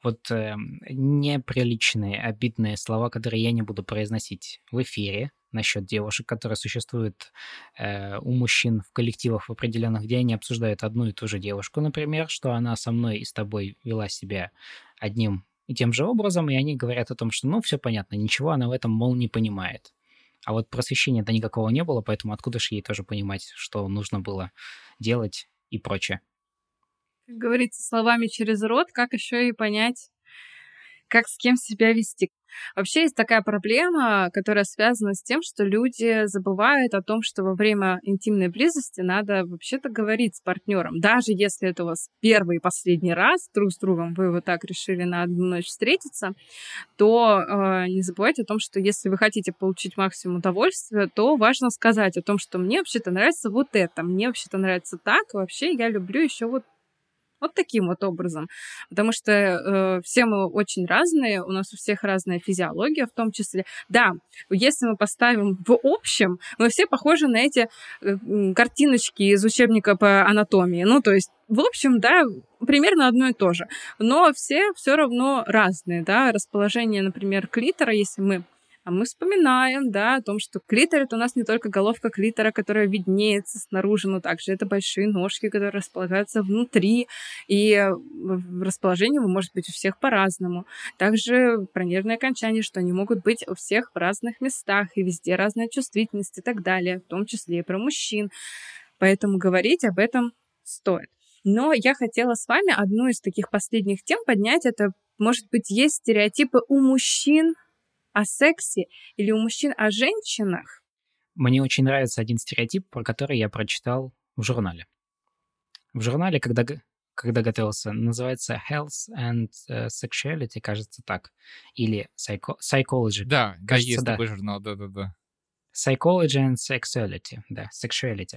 неприличные, обидные слова, которые я не буду произносить в эфире насчет девушек, которые существуют у мужчин в коллективах в определенных, где они обсуждают одну и ту же девушку, например, что она со мной и с тобой вела себя одним и тем же образом, и они говорят о том, что, все понятно, ничего она в этом, мол, не понимает. А вот просвещения-то никакого не было, поэтому откуда же ей тоже понимать, что нужно было делать и прочее. Как говорится, словами через рот, как еще и понять, как с кем себя вести. Вообще есть такая проблема, которая связана с тем, что люди забывают о том, что во время интимной близости надо вообще-то говорить с партнером. Даже если это у вас первый и последний раз друг с другом, вы вот так решили на одну ночь встретиться, то не забывайте о том, что если вы хотите получить максимум удовольствия, то важно сказать о том, что мне вообще-то нравится вот это, мне вообще-то нравится так, вообще я люблю еще вот Вот таким вот образом. Потому что все мы очень разные, у нас у всех разная физиология в том числе. Да, если мы поставим в общем, мы все похожи на эти картиночки из учебника по анатомии. Ну, то есть, в общем, да, примерно одно и то же. Но все равно разные, да. Расположение, например, клитора, если мы вспоминаем, да, о том, что клитор — это у нас не только головка клитора, которая виднеется снаружи, но также это большие ножки, которые располагаются внутри, и расположение может быть у всех по-разному. Также про нервные окончания, что они могут быть у всех в разных местах, и везде разная чувствительность и так далее, в том числе и про мужчин. Поэтому говорить об этом стоит. Но я хотела с вами одну из таких последних тем поднять. Это, может быть, есть стереотипы у мужчин о сексе или у мужчин о женщинах. Мне очень нравится один стереотип, про который я прочитал в журнале. В журнале, когда готовился, называется Health and Sexuality, кажется так, или Psychology. Да, кажется, есть такой журнал, да. Psychology and Sexuality, да, Sexuality.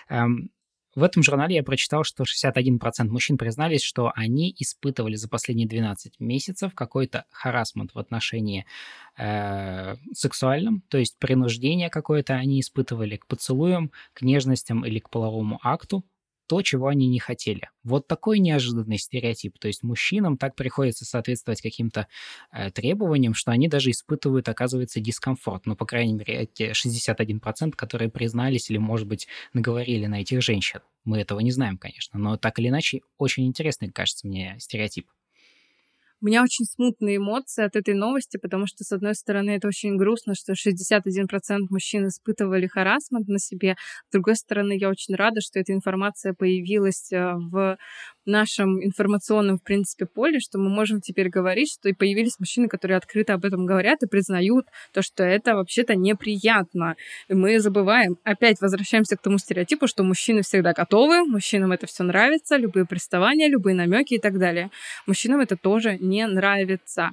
В этом журнале я прочитал, что 61% мужчин признались, что они испытывали за последние 12 месяцев какой-то харассмент в отношении сексуальном, то есть принуждение какое-то они испытывали к поцелуям, к нежностям или к половому акту, то, чего они не хотели. Вот такой неожиданный стереотип. То есть мужчинам так приходится соответствовать каким-то требованиям, что они даже испытывают, оказывается, дискомфорт. Ну, по крайней мере, эти 61%, которые признались или, может быть, наговорили на этих женщин. Мы этого не знаем, конечно, но так или иначе очень интересный, кажется мне, стереотип. У меня очень смутные эмоции от этой новости, потому что, с одной стороны, это очень грустно, что 61% мужчин испытывали харассмент на себе. С другой стороны, я очень рада, что эта информация появилась в нашем информационном, в принципе, поле, что мы можем теперь говорить, что и появились мужчины, которые открыто об этом говорят и признают то, что это вообще-то неприятно. И мы забываем, опять возвращаемся к тому стереотипу, что мужчины всегда готовы, мужчинам это все нравится, любые приставания, любые намеки и так далее. Мужчинам это тоже не нравится.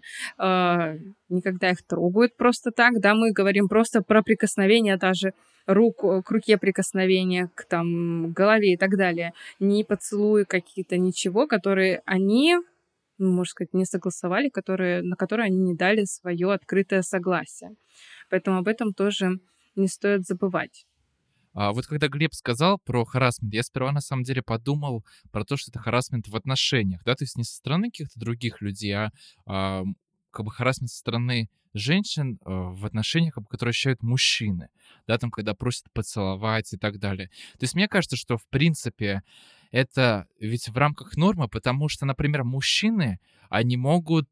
Никогда их трогают просто так, да, мы говорим просто про прикосновение даже рук к руке, прикосновения к там голове и так далее. Не поцелуи какие-то, ничего, которые они, можно сказать, не согласовали, на которые они не дали свое открытое согласие. Поэтому об этом тоже не стоит забывать. Вот когда Глеб сказал про харассмент, я сперва на самом деле подумал про то, что это харассмент в отношениях, да, то есть не со стороны каких-то других людей, как бы харассмент со стороны женщин в отношениях, как бы, которые ощущают мужчины, да, там, когда просят поцеловать и так далее. То есть мне кажется, что, в принципе, это ведь в рамках нормы, потому что, например, мужчины, они могут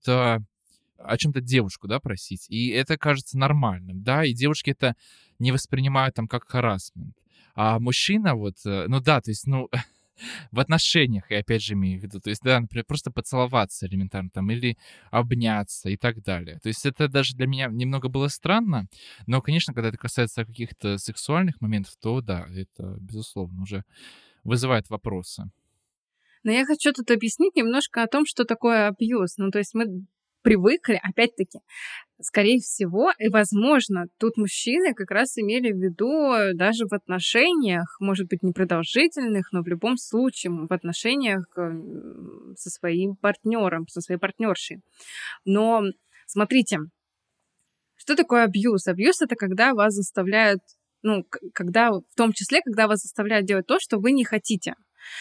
о чем-то девушку, да, просить, и это кажется нормальным, да, и девушки это не воспринимают там как харассмент. А мужчина вот, ну да, то есть, ну, в отношениях, я опять же имею в виду, то есть, да, например, просто поцеловаться элементарно там или обняться и так далее. То есть это даже для меня немного было странно, но, конечно, когда это касается каких-то сексуальных моментов, то да, это, безусловно, уже вызывает вопросы. Но я хочу тут объяснить немножко о том, что такое абьюз. Ну, то есть мы привыкли, опять-таки, скорее всего, и, возможно, тут мужчины как раз имели в виду даже в отношениях, может быть, непродолжительных, но в любом случае в отношениях со своим партнером, со своей партнершей. Но смотрите, что такое абьюз? Абьюз — это когда вас заставляют, ну, когда, в том числе, когда вас заставляют делать то, что вы не хотите.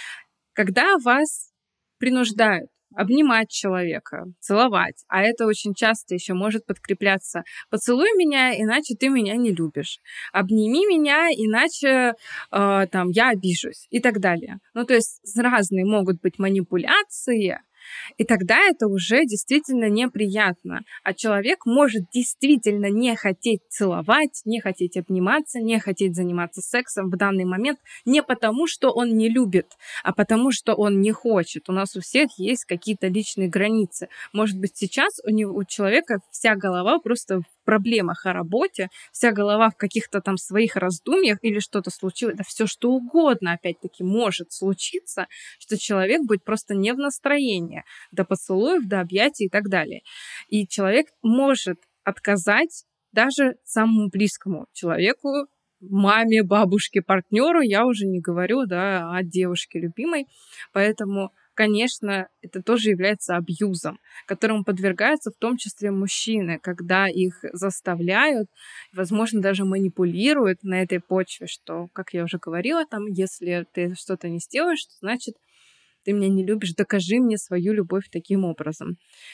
Когда вас принуждают обнимать человека, целовать, а это очень часто еще может подкрепляться: поцелуй меня, иначе ты меня не любишь, обними меня, иначе там я обижусь и так далее. Ну, то есть разные могут быть манипуляции, и тогда это уже действительно неприятно. А человек может действительно не хотеть целовать, не хотеть обниматься, не хотеть заниматься сексом в данный момент не потому, что он не любит, а потому, что он не хочет. У нас у всех есть какие-то личные границы. Может быть, сейчас у человека вся голова просто в проблемах о работе, вся голова в каких-то там своих раздумьях или что-то случилось, да все что угодно, опять-таки, может случиться, что человек будет просто не в настроении до поцелуев, до объятий и так далее. И человек может отказать даже самому близкому человеку, маме, бабушке, партнеру, я уже не говорю, да, о девушке любимой. Поэтому конечно, это тоже является абьюзом, которому подвергаются в том числе мужчины, когда их заставляют, возможно, даже манипулируют на этой почве, что, как я уже говорила, там, если ты что-то не сделаешь, то значит, ты меня не любишь, докажи мне свою любовь таким образом.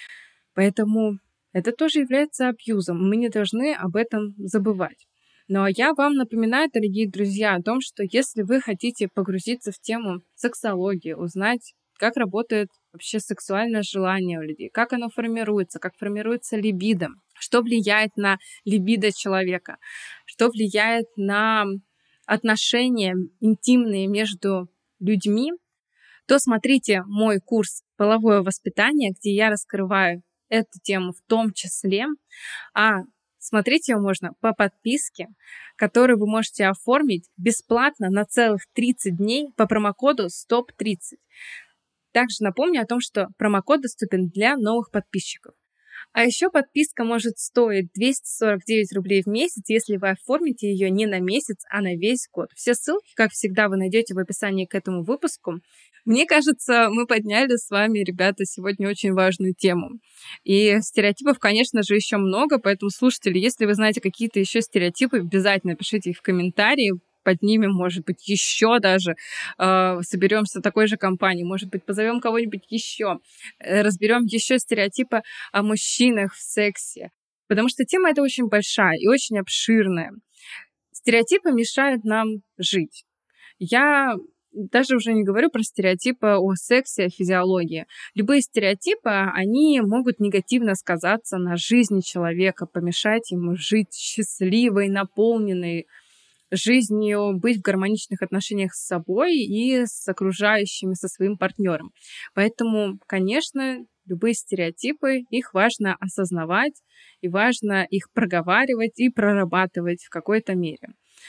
Поэтому это тоже является абьюзом. Мы не должны об этом забывать. Ну а я вам напоминаю, дорогие друзья, о том, что если вы хотите погрузиться в тему сексологии, узнать, как работает вообще сексуальное желание у людей, как оно формируется, как формируется либидо, что влияет на либидо человека, что влияет на отношения интимные между людьми, то смотрите мой курс «Половое воспитание», где я раскрываю эту тему в том числе. А смотреть его можно по подписке, которую вы можете оформить бесплатно на целых 30 дней по промокоду STOP30. Также напомню о том, что промокод доступен для новых подписчиков. А еще подписка может стоить 249 рублей в месяц, если вы оформите ее не на месяц, а на весь год. Все ссылки, как всегда, вы найдете в описании к этому выпуску. Мне кажется, мы подняли с вами, ребята, сегодня очень важную тему. И стереотипов, конечно же, еще много, поэтому, слушатели, если вы знаете какие-то еще стереотипы, обязательно пишите их в комментарии, поднимем, может быть, еще даже соберемся такой же компанией, может быть, позовем кого-нибудь еще, разберем еще стереотипы о мужчинах в сексе, потому что тема эта очень большая и очень обширная. Стереотипы мешают нам жить. Я даже уже не говорю про стереотипы о сексе, о физиологии. Любые стереотипы, они могут негативно сказаться на жизни человека, помешать ему жить счастливой, наполненной жизнью, быть в гармоничных отношениях с собой и с окружающими, со своим партнером. Поэтому, конечно, любые стереотипы, их важно осознавать, и важно их проговаривать и прорабатывать в какой-то мере.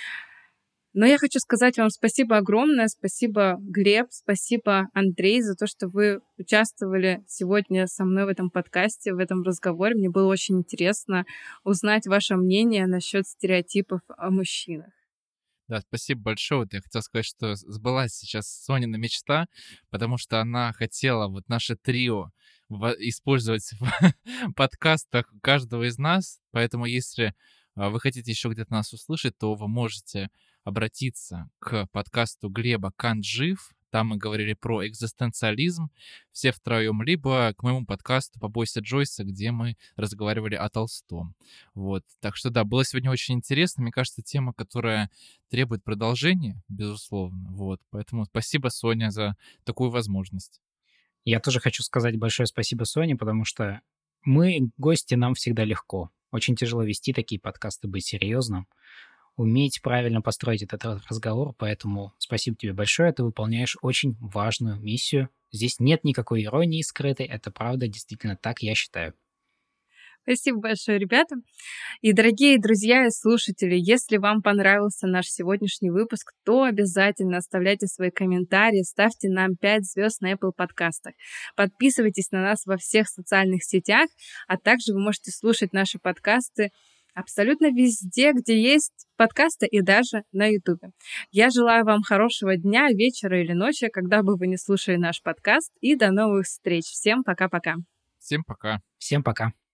Но я хочу сказать вам спасибо огромное, спасибо, Глеб, спасибо, Андрей, за то, что вы участвовали сегодня со мной в этом подкасте, в этом разговоре. Мне было очень интересно узнать ваше мнение насчет стереотипов о мужчинах. Да, спасибо большое. Вот я хотел сказать, что сбылась сейчас Сонина мечта, потому что она хотела вот наше трио использовать в подкастах каждого из нас. Поэтому если вы хотите еще где-то нас услышать, то вы можете обратиться к подкасту Глеба «Кант жив». Там мы говорили про экзистенциализм все втроем, либо к моему подкасту «Побойся Джойса», где мы разговаривали о Толстом. Вот. Так что да, было сегодня очень интересно. Мне кажется, тема, которая требует продолжения, безусловно. Вот. Поэтому спасибо, Соня, за такую возможность. Я тоже хочу сказать большое спасибо Соне, потому что мы, гости, нам всегда легко. Очень тяжело вести такие подкасты, быть серьезным, уметь правильно построить этот разговор, поэтому спасибо тебе большое, ты выполняешь очень важную миссию. Здесь нет никакой иронии скрытой, это правда, действительно так я считаю. Спасибо большое, ребята. И, дорогие друзья и слушатели, если вам понравился наш сегодняшний выпуск, то обязательно оставляйте свои комментарии, ставьте нам 5 звезд на Apple подкастах. Подписывайтесь на нас во всех социальных сетях, а также вы можете слушать наши подкасты абсолютно везде, где есть подкасты и даже на YouTube. Я желаю вам хорошего дня, вечера или ночи, когда бы вы не слушали наш подкаст. И до новых встреч. Всем пока-пока. Всем пока. Всем пока.